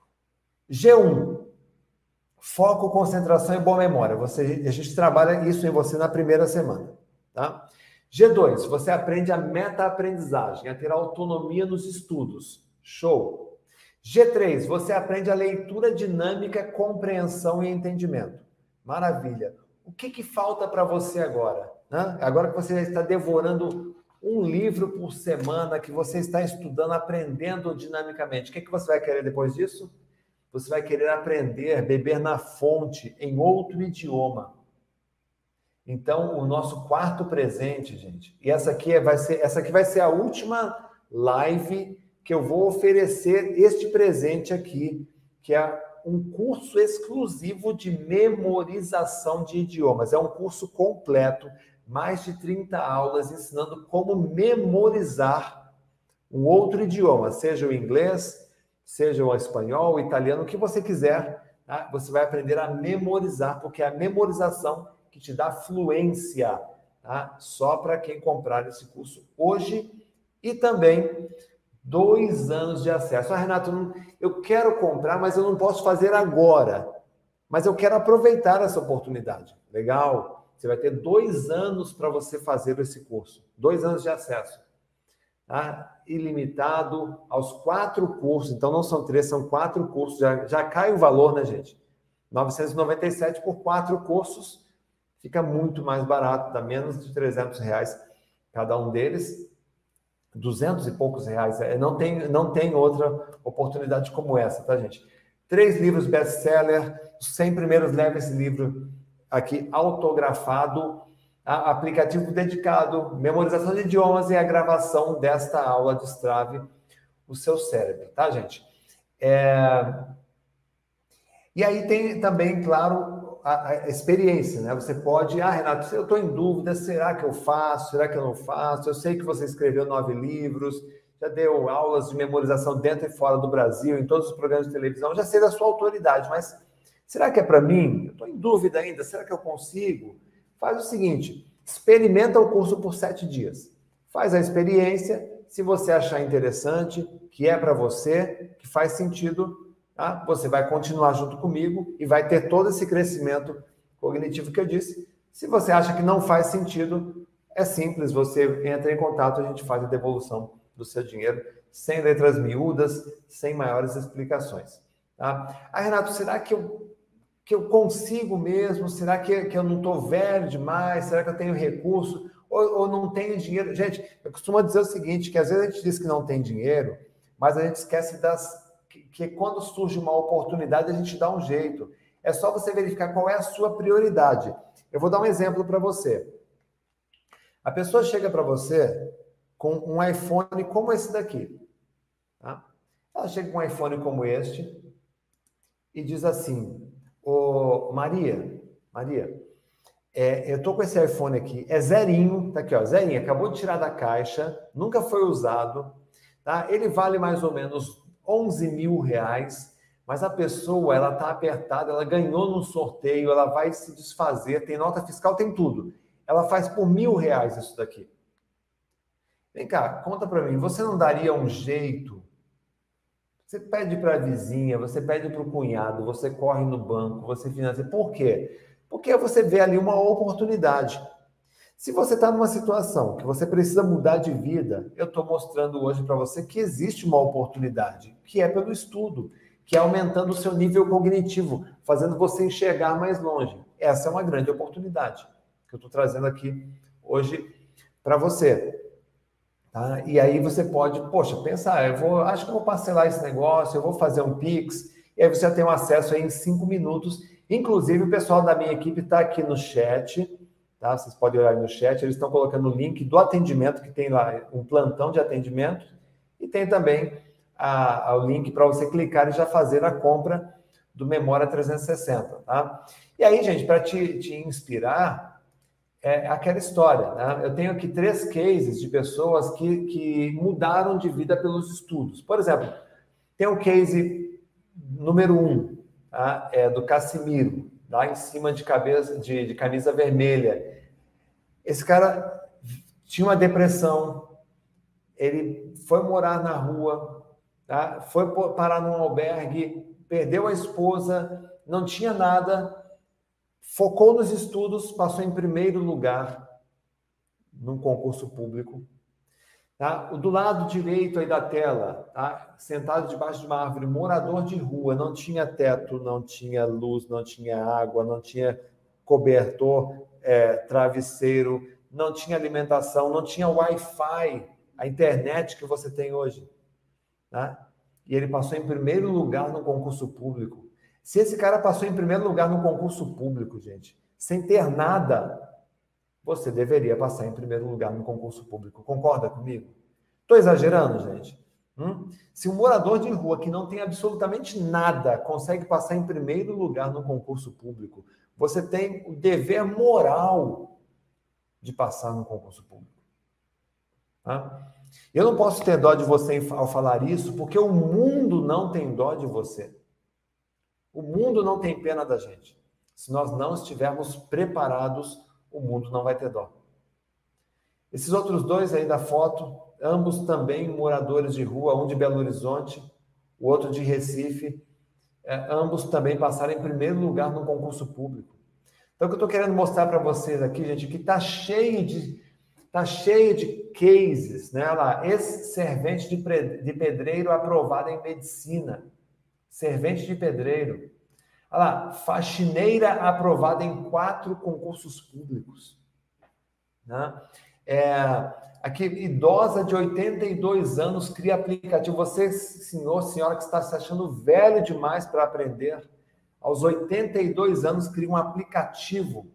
G1, foco, concentração e boa memória. A gente trabalha isso em você na primeira semana, tá? G2, você aprende a meta-aprendizagem, a ter autonomia nos estudos. Show! G3, você aprende a leitura dinâmica, compreensão e entendimento. Maravilha! O que falta para você agora? Né? Agora que você já está devorando um livro por semana, que você está estudando, aprendendo dinamicamente, o que você vai querer depois disso? Você vai querer aprender, beber na fonte, em outro idioma. Então, o nosso quarto presente, gente, e essa aqui vai ser a última live que eu vou oferecer este presente aqui, que é um curso exclusivo de memorização de idiomas. É um curso completo, mais de 30 aulas ensinando como memorizar um outro idioma, seja o inglês, seja o espanhol, o italiano, o que você quiser, tá? Você vai aprender a memorizar, porque é a memorização que te dá fluência, tá? Só para quem comprar esse curso hoje. E também 2 anos de acesso. Renato, eu quero comprar, mas eu não posso fazer agora. Mas eu quero aproveitar essa oportunidade. Legal? Você vai ter 2 anos para você fazer esse curso. 2 anos de acesso. Tá? Ilimitado aos 4 cursos. Então, não são 3, são 4 cursos. Já cai o valor, né, gente? 997 por 4 cursos. Fica muito mais barato, dá menos de R$300 cada um deles. 200 e poucos reais. Não tem outra oportunidade como essa, tá, gente? 3 livros best-seller. Os 100 primeiros levam esse livro aqui autografado. Aplicativo dedicado, memorização de idiomas e a gravação desta aula destrave o seu cérebro, tá, gente? E aí tem também, claro, a experiência, né? Você pode, Renato, eu estou em dúvida, será que eu faço? Será que eu não faço? Eu sei que você escreveu 9 livros, já deu aulas de memorização dentro e fora do Brasil, em todos os programas de televisão, já sei da sua autoridade, mas será que é para mim? Eu estou em dúvida ainda, será que eu consigo? Faz o seguinte, experimenta o curso por 7 dias. Faz a experiência, se você achar interessante, que é para você, que faz sentido, tá? Você vai continuar junto comigo e vai ter todo esse crescimento cognitivo que eu disse. Se você acha que não faz sentido, é simples, você entra em contato, a gente faz a devolução do seu dinheiro, sem letras miúdas, sem maiores explicações. Tá? Renato, será que eu consigo mesmo? Será que eu não estou velho demais? Será que eu tenho recurso? Ou não tenho dinheiro? Gente, eu costumo dizer o seguinte, que às vezes a gente diz que não tem dinheiro, mas a gente esquece que quando surge uma oportunidade, a gente dá um jeito. É só você verificar qual é a sua prioridade. Eu vou dar um exemplo para você. A pessoa chega para você com um iPhone como esse daqui. Tá? Ela chega com um iPhone como este e diz assim, Maria, eu tô com esse iPhone aqui, é zerinho, tá aqui, ó, zerinho, acabou de tirar da caixa, nunca foi usado, tá? Ele vale mais ou menos R$11.000, mas a pessoa, ela tá apertada, ela ganhou num sorteio, ela vai se desfazer, tem nota fiscal, tem tudo. Ela faz por R$1.000 isso daqui. Vem cá, conta para mim, você não daria um jeito? Você pede para a vizinha, você pede para o cunhado, você corre no banco, você financia. Por quê? Porque você vê ali uma oportunidade. Se você está numa situação que você precisa mudar de vida, eu estou mostrando hoje para você que existe uma oportunidade, que é pelo estudo, que é aumentando o seu nível cognitivo, fazendo você enxergar mais longe. Essa é uma grande oportunidade que eu estou trazendo aqui hoje para você. Tá? E aí você pode, poxa, pensar, acho que eu vou parcelar esse negócio, eu vou fazer um Pix, e aí você já tem um acesso aí em 5 minutos. Inclusive, o pessoal da minha equipe está aqui no chat, tá? Vocês podem olhar aí no chat, eles estão colocando o link do atendimento, que tem lá um plantão de atendimento, e tem também o link para você clicar e já fazer a compra do Memória 360, tá? E aí, gente, para te inspirar, é aquela história, né? Eu tenho aqui 3 cases de pessoas que mudaram de vida pelos estudos. Por exemplo, tem o case número 1, tá? É do Cassimiro, lá em cima de camisa vermelha. Esse cara tinha uma depressão, ele foi morar na rua, tá? Foi parar num albergue, perdeu a esposa, não tinha nada, focou nos estudos, passou em primeiro lugar num concurso público. Tá? Do lado direito aí da tela, tá? Sentado debaixo de uma árvore, morador de rua, não tinha teto, não tinha luz, não tinha água, não tinha cobertor, travesseiro, não tinha alimentação, não tinha Wi-Fi, a internet que você tem hoje. Tá? E ele passou em primeiro lugar no concurso público. Se esse cara passou em primeiro lugar no concurso público, gente, sem ter nada, você deveria passar em primeiro lugar no concurso público. Concorda comigo? Estou exagerando, gente? Se um morador de rua que não tem absolutamente nada consegue passar em primeiro lugar no concurso público, você tem o dever moral de passar no concurso público. Tá? Eu não posso ter dó de você ao falar isso, porque o mundo não tem dó de você. O mundo não tem pena da gente. Se nós não estivermos preparados, o mundo não vai ter dó. Esses outros 2 aí da foto, ambos também moradores de rua, um de Belo Horizonte, o outro de Recife, ambos também passaram em primeiro lugar no concurso público. Então, o que eu estou querendo mostrar para vocês aqui, gente, que está cheio de cases, né? Olha lá, ex-servente de pedreiro aprovado em medicina. Servente de pedreiro. Olha lá, faxineira aprovada em 4 concursos públicos. Né? Aqui, idosa de 82 anos cria aplicativo. Você, senhor, senhora que está se achando velho demais para aprender, aos 82 anos cria um aplicativo.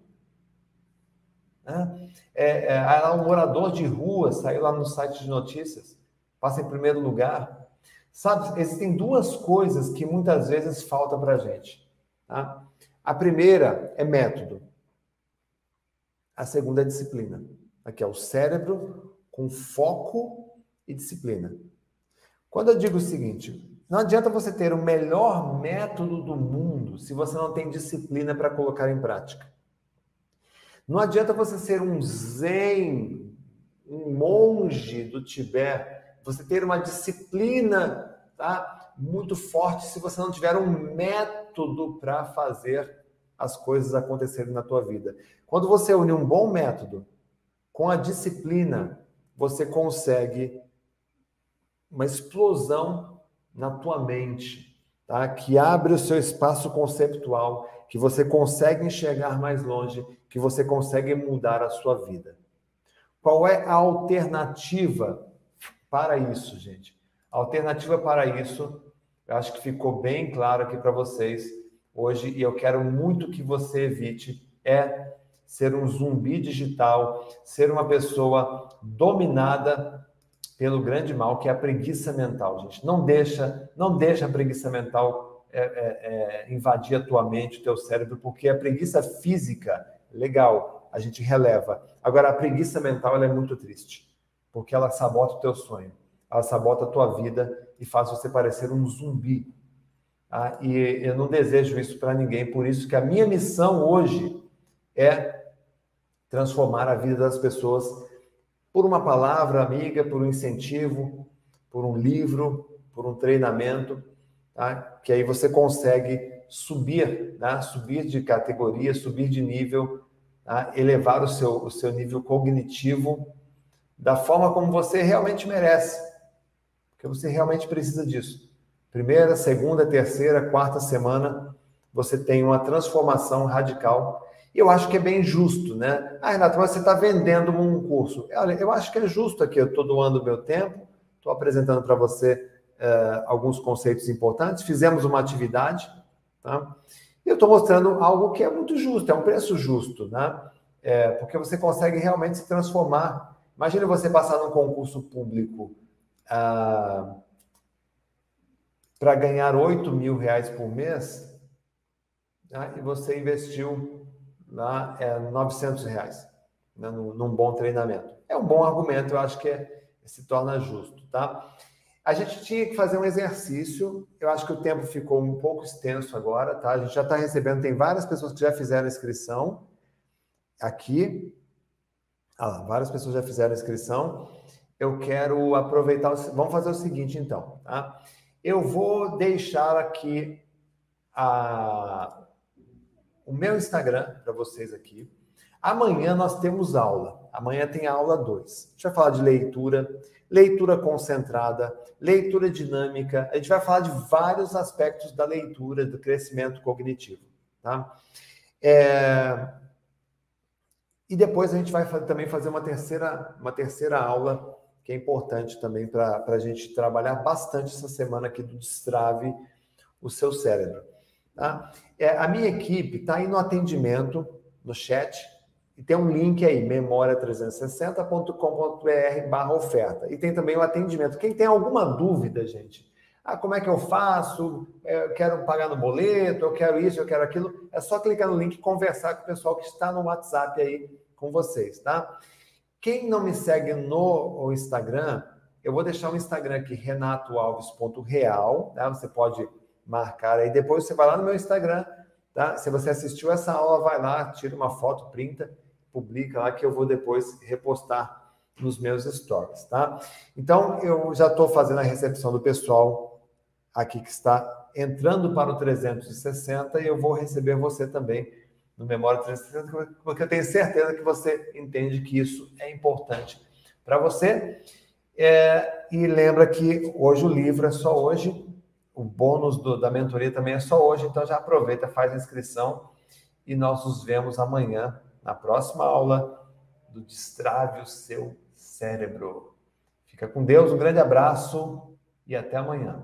Né? Um morador de rua saiu lá no site de notícias, passa em primeiro lugar. Sabe, existem 2 coisas que muitas vezes faltam para a gente. Tá? A primeira é método. A segunda é disciplina. Aqui é o cérebro com foco e disciplina. Quando eu digo o seguinte, não adianta você ter o melhor método do mundo se você não tem disciplina para colocar em prática. Não adianta você ser um zen, um monge do Tibete, você ter uma disciplina, tá, muito forte se você não tiver um método para fazer as coisas acontecerem na tua vida. Quando você une um bom método com a disciplina, você consegue uma explosão na tua mente, tá? Que abre o seu espaço conceptual, que você consegue enxergar mais longe, que você consegue mudar a sua vida. Qual é a alternativa para isso, gente? A alternativa para isso, eu acho que ficou bem claro aqui para vocês hoje, e eu quero muito que você evite, ser um zumbi digital, ser uma pessoa dominada pelo grande mal, que é a preguiça mental, gente. Não deixa a preguiça mental invadir a tua mente, o teu cérebro, porque a preguiça física, legal, a gente releva. Agora, a preguiça mental, ela é muito triste, porque ela sabota o teu sonho, ela sabota a tua vida e faz você parecer um zumbi. Tá? E eu não desejo isso para ninguém, por isso que a minha missão hoje é transformar a vida das pessoas por uma palavra amiga, por um incentivo, por um livro, por um treinamento, tá? Que aí você consegue subir, né? Subir de categoria, subir de nível tá? Elevar o seu nível cognitivo da forma como você realmente merece, porque você realmente precisa disso. Primeira, segunda, terceira, quarta semana, você tem uma transformação radical. E eu acho que é bem justo, né? Ah, Renato, mas você está vendendo um curso. Olha, eu acho que é justo aqui, eu estou doando o meu tempo, estou apresentando para você alguns conceitos importantes, fizemos uma atividade, tá? E eu estou mostrando algo que é muito justo, é um preço justo, né? Porque você consegue realmente se transformar. Imagina você passar num concurso público para ganhar R$8.000 por mês, né? E você investiu lá R$900, né? Num bom treinamento. É um bom argumento, eu acho que se torna justo, tá? A gente tinha que fazer um exercício, eu acho que o tempo ficou um pouco extenso agora, tá? A gente já está recebendo, tem várias pessoas que já fizeram a inscrição aqui. Várias pessoas já fizeram a inscrição. Eu quero aproveitar, vamos fazer o seguinte então, tá? Eu vou deixar aqui o meu Instagram para vocês aqui. Amanhã nós temos aula. Amanhã tem a aula 2. A gente vai falar de leitura concentrada, leitura dinâmica. A gente vai falar de vários aspectos da leitura, do crescimento cognitivo, tá? E depois a gente vai também fazer uma terceira aula, que é importante também para a gente trabalhar bastante essa semana aqui do Destrave o seu cérebro, tá? A minha equipe está aí no atendimento, no chat, e tem um link aí, memoria360.com.br/oferta. E tem também o atendimento. Quem tem alguma dúvida, gente, como é que eu faço? Eu quero pagar no boleto, eu quero isso, eu quero aquilo. É só clicar no link e conversar com o pessoal que está no WhatsApp aí com vocês, tá? Quem não me segue no Instagram, eu vou deixar o Instagram aqui, renatoalves.real, tá? Você pode marcar aí. Depois você vai lá no meu Instagram, tá? Se você assistiu essa aula, vai lá, tira uma foto, printa, publica lá que eu vou depois repostar nos meus stories, tá? Então, eu já estou fazendo a recepção do pessoal aqui que está entrando para o 360 e eu vou receber você também no Memória 360, porque eu tenho certeza que você entende que isso é importante para você. E lembra que hoje o livro é só hoje, o bônus da mentoria também é só hoje, então já aproveita, faz a inscrição e nós nos vemos amanhã na próxima aula do Destrave o Seu Cérebro. Fica com Deus, um grande abraço e até amanhã.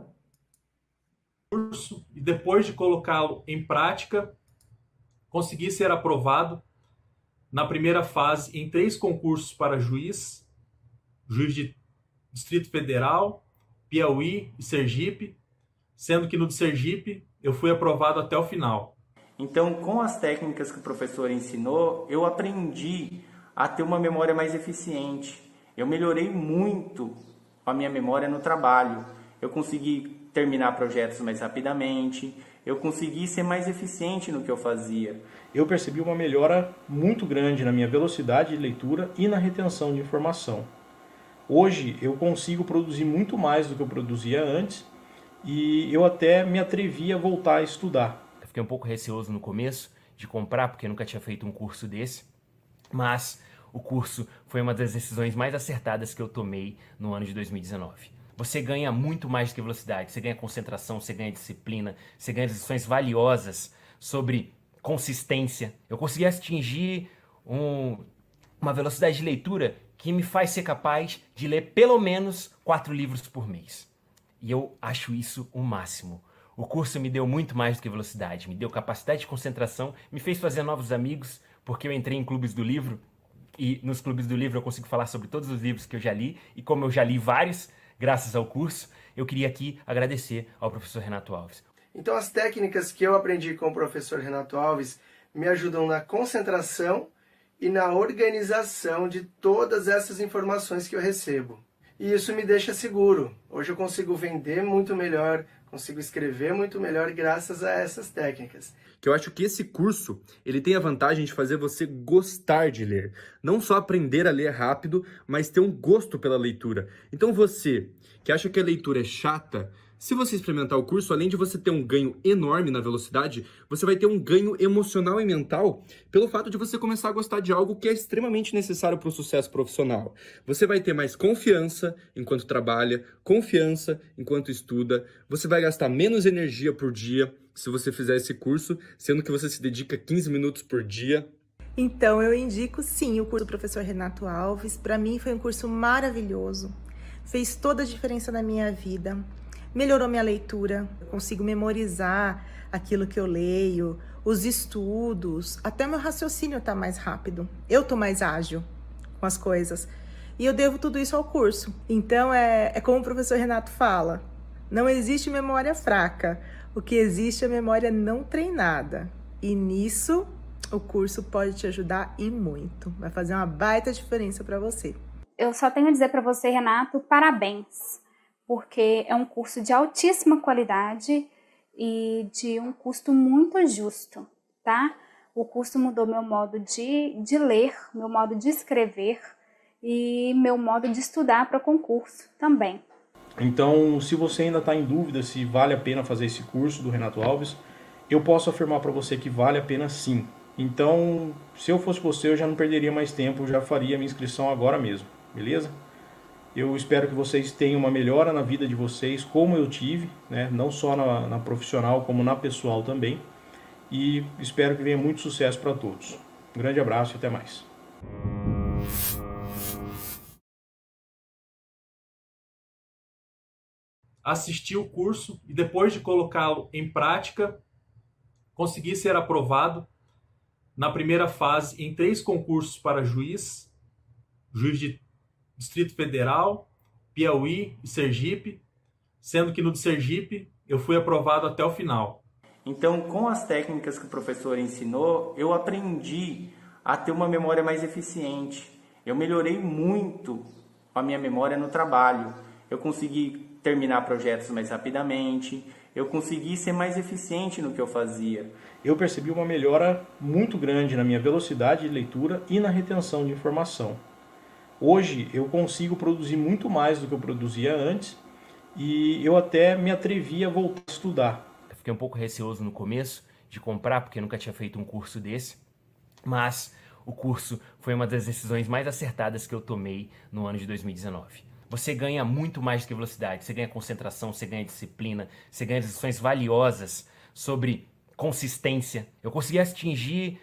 E depois de colocá-lo em prática, consegui ser aprovado na primeira fase em 3 concursos para juiz de Distrito Federal, Piauí e Sergipe, sendo que no de Sergipe eu fui aprovado até o final. Então, com as técnicas que o professor ensinou, eu aprendi a ter uma memória mais eficiente. Eu melhorei muito a minha memória no trabalho. Eu consegui terminar projetos mais rapidamente, eu consegui ser mais eficiente no que eu fazia. Eu percebi uma melhora muito grande na minha velocidade de leitura e na retenção de informação. Hoje eu consigo produzir muito mais do que eu produzia antes e eu até me atrevi a voltar a estudar. Eu fiquei um pouco receoso no começo de comprar, porque eu nunca tinha feito um curso desse, mas o curso foi uma das decisões mais acertadas que eu tomei no ano de 2019. Você ganha muito mais do que velocidade, você ganha concentração, você ganha disciplina, você ganha lições valiosas sobre consistência. Eu consegui atingir uma velocidade de leitura que me faz ser capaz de ler pelo menos 4 livros por mês. E eu acho isso o máximo. O curso me deu muito mais do que velocidade, me deu capacidade de concentração, me fez fazer novos amigos, porque eu entrei em clubes do livro, e nos clubes do livro eu consigo falar sobre todos os livros que eu já li, e como eu já li vários, graças ao curso, eu queria aqui agradecer ao professor Renato Alves. Então as técnicas que eu aprendi com o professor Renato Alves me ajudam na concentração e na organização de todas essas informações que eu recebo. E isso me deixa seguro. Hoje eu consigo vender muito melhor, consigo escrever muito melhor graças a essas técnicas. Que eu acho que esse curso, ele tem a vantagem de fazer você gostar de ler. Não só aprender a ler rápido, mas ter um gosto pela leitura. Então você, que acha que a leitura é chata, Se você experimentar o curso, além de você ter um ganho enorme na velocidade, você vai ter um ganho emocional e mental pelo fato de você começar a gostar de algo que é extremamente necessário para o sucesso profissional. Você vai ter mais confiança enquanto trabalha, confiança enquanto estuda, você vai gastar menos energia por dia se você fizer esse curso, sendo que você se dedica 15 minutos por dia. Então, eu indico sim o curso do professor Renato Alves. Para mim foi um curso maravilhoso, fez toda a diferença na minha vida. Melhorou minha leitura, eu consigo memorizar aquilo que eu leio, os estudos, até meu raciocínio está mais rápido. Eu estou mais ágil com as coisas. E eu devo tudo isso ao curso. Então, é como o professor Renato fala, não existe memória fraca. O que existe é memória não treinada. E nisso, o curso pode te ajudar e muito. Vai fazer uma baita diferença para você. Eu só tenho a dizer para você, Renato, parabéns. Porque é um curso de altíssima qualidade e de um custo muito justo, tá? O curso mudou meu modo de ler, meu modo de escrever e meu modo de estudar para concurso também. Então, se você ainda está em dúvida se vale a pena fazer esse curso do Renato Alves, eu posso afirmar para você que vale a pena sim. Então, se eu fosse você, eu já não perderia mais tempo, eu já faria a minha inscrição agora mesmo, beleza? Eu espero que vocês tenham uma melhora na vida de vocês, como eu tive, né? Não só na profissional, como na pessoal também. E espero que venha muito sucesso para todos. Um grande abraço e até mais. Assisti o curso e depois de colocá-lo em prática, consegui ser aprovado na primeira fase em 3 concursos para juiz de Distrito Federal, Piauí e Sergipe, sendo que no de Sergipe eu fui aprovado até o final. Então, com as técnicas que o professor ensinou, eu aprendi a ter uma memória mais eficiente. Eu melhorei muito a minha memória no trabalho. Eu consegui terminar projetos mais rapidamente, eu consegui ser mais eficiente no que eu fazia. Eu percebi uma melhora muito grande na minha velocidade de leitura e na retenção de informação. Hoje eu consigo produzir muito mais do que eu produzia antes e eu até me atrevi a voltar a estudar. Eu fiquei um pouco receoso no começo de comprar, porque eu nunca tinha feito um curso desse, mas o curso foi uma das decisões mais acertadas que eu tomei no ano de 2019. Você ganha muito mais do que velocidade, você ganha concentração, você ganha disciplina, você ganha lições valiosas sobre consistência. Eu consegui atingir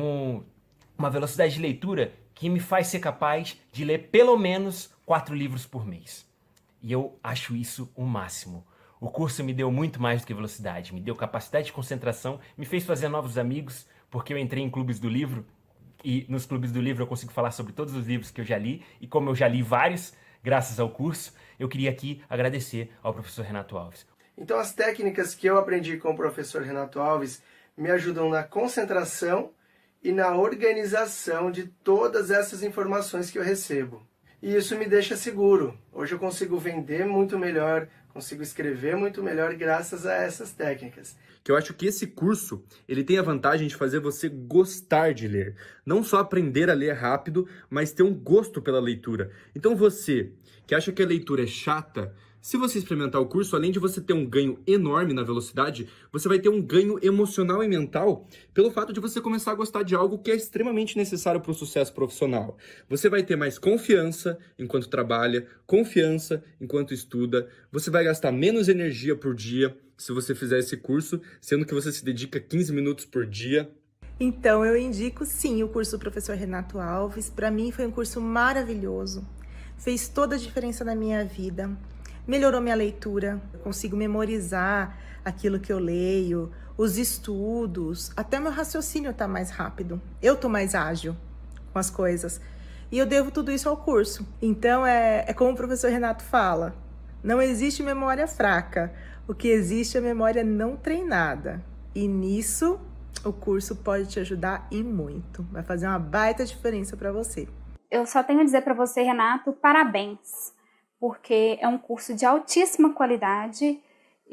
uma velocidade de leitura que me faz ser capaz de ler pelo menos 4 livros por mês. E eu acho isso o máximo. O curso me deu muito mais do que velocidade, me deu capacidade de concentração, me fez fazer novos amigos, porque eu entrei em clubes do livro, e nos clubes do livro eu consigo falar sobre todos os livros que eu já li, e como eu já li vários, graças ao curso, eu queria aqui agradecer ao professor Renato Alves. Então as técnicas que eu aprendi com o professor Renato Alves me ajudam na concentração e na organização de todas essas informações que eu recebo. E isso me deixa seguro. Hoje eu consigo vender muito melhor, consigo escrever muito melhor graças a essas técnicas. Que eu acho que esse curso, ele tem a vantagem de fazer você gostar de ler. Não só aprender a ler rápido, mas ter um gosto pela leitura. Então você, que acha que a leitura é chata, se você experimentar o curso, além de você ter um ganho enorme na velocidade, você vai ter um ganho emocional e mental pelo fato de você começar a gostar de algo que é extremamente necessário para o sucesso profissional. Você vai ter mais confiança enquanto trabalha, confiança enquanto estuda, você vai gastar menos energia por dia se você fizer esse curso, sendo que você se dedica 15 minutos por dia. Então, eu indico sim o curso do professor Renato Alves. Para mim foi um curso maravilhoso, fez toda a diferença na minha vida. Melhorou minha leitura, eu consigo memorizar aquilo que eu leio, os estudos, até meu raciocínio está mais rápido. Eu estou mais ágil com as coisas. E eu devo tudo isso ao curso. Então, é como o professor Renato fala, não existe memória fraca. O que existe é memória não treinada. E nisso, o curso pode te ajudar e muito. Vai fazer uma baita diferença para você. Eu só tenho a dizer para você, Renato, parabéns. Porque é um curso de altíssima qualidade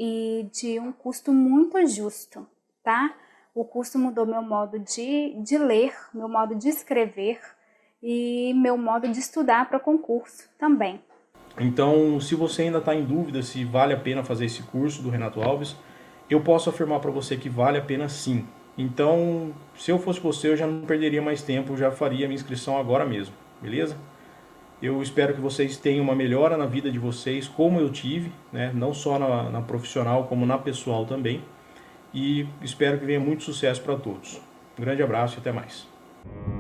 e de um custo muito justo, tá? O curso mudou meu modo de ler, meu modo de escrever e meu modo de estudar para concurso também. Então, se você ainda está em dúvida se vale a pena fazer esse curso do Renato Alves, eu posso afirmar para você que vale a pena sim. Então, se eu fosse você, eu já não perderia mais tempo, eu já faria a minha inscrição agora mesmo, beleza? Eu espero que vocês tenham uma melhora na vida de vocês, como eu tive, né? Não só na profissional, como na pessoal também. E espero que venha muito sucesso para todos. Um grande abraço e até mais.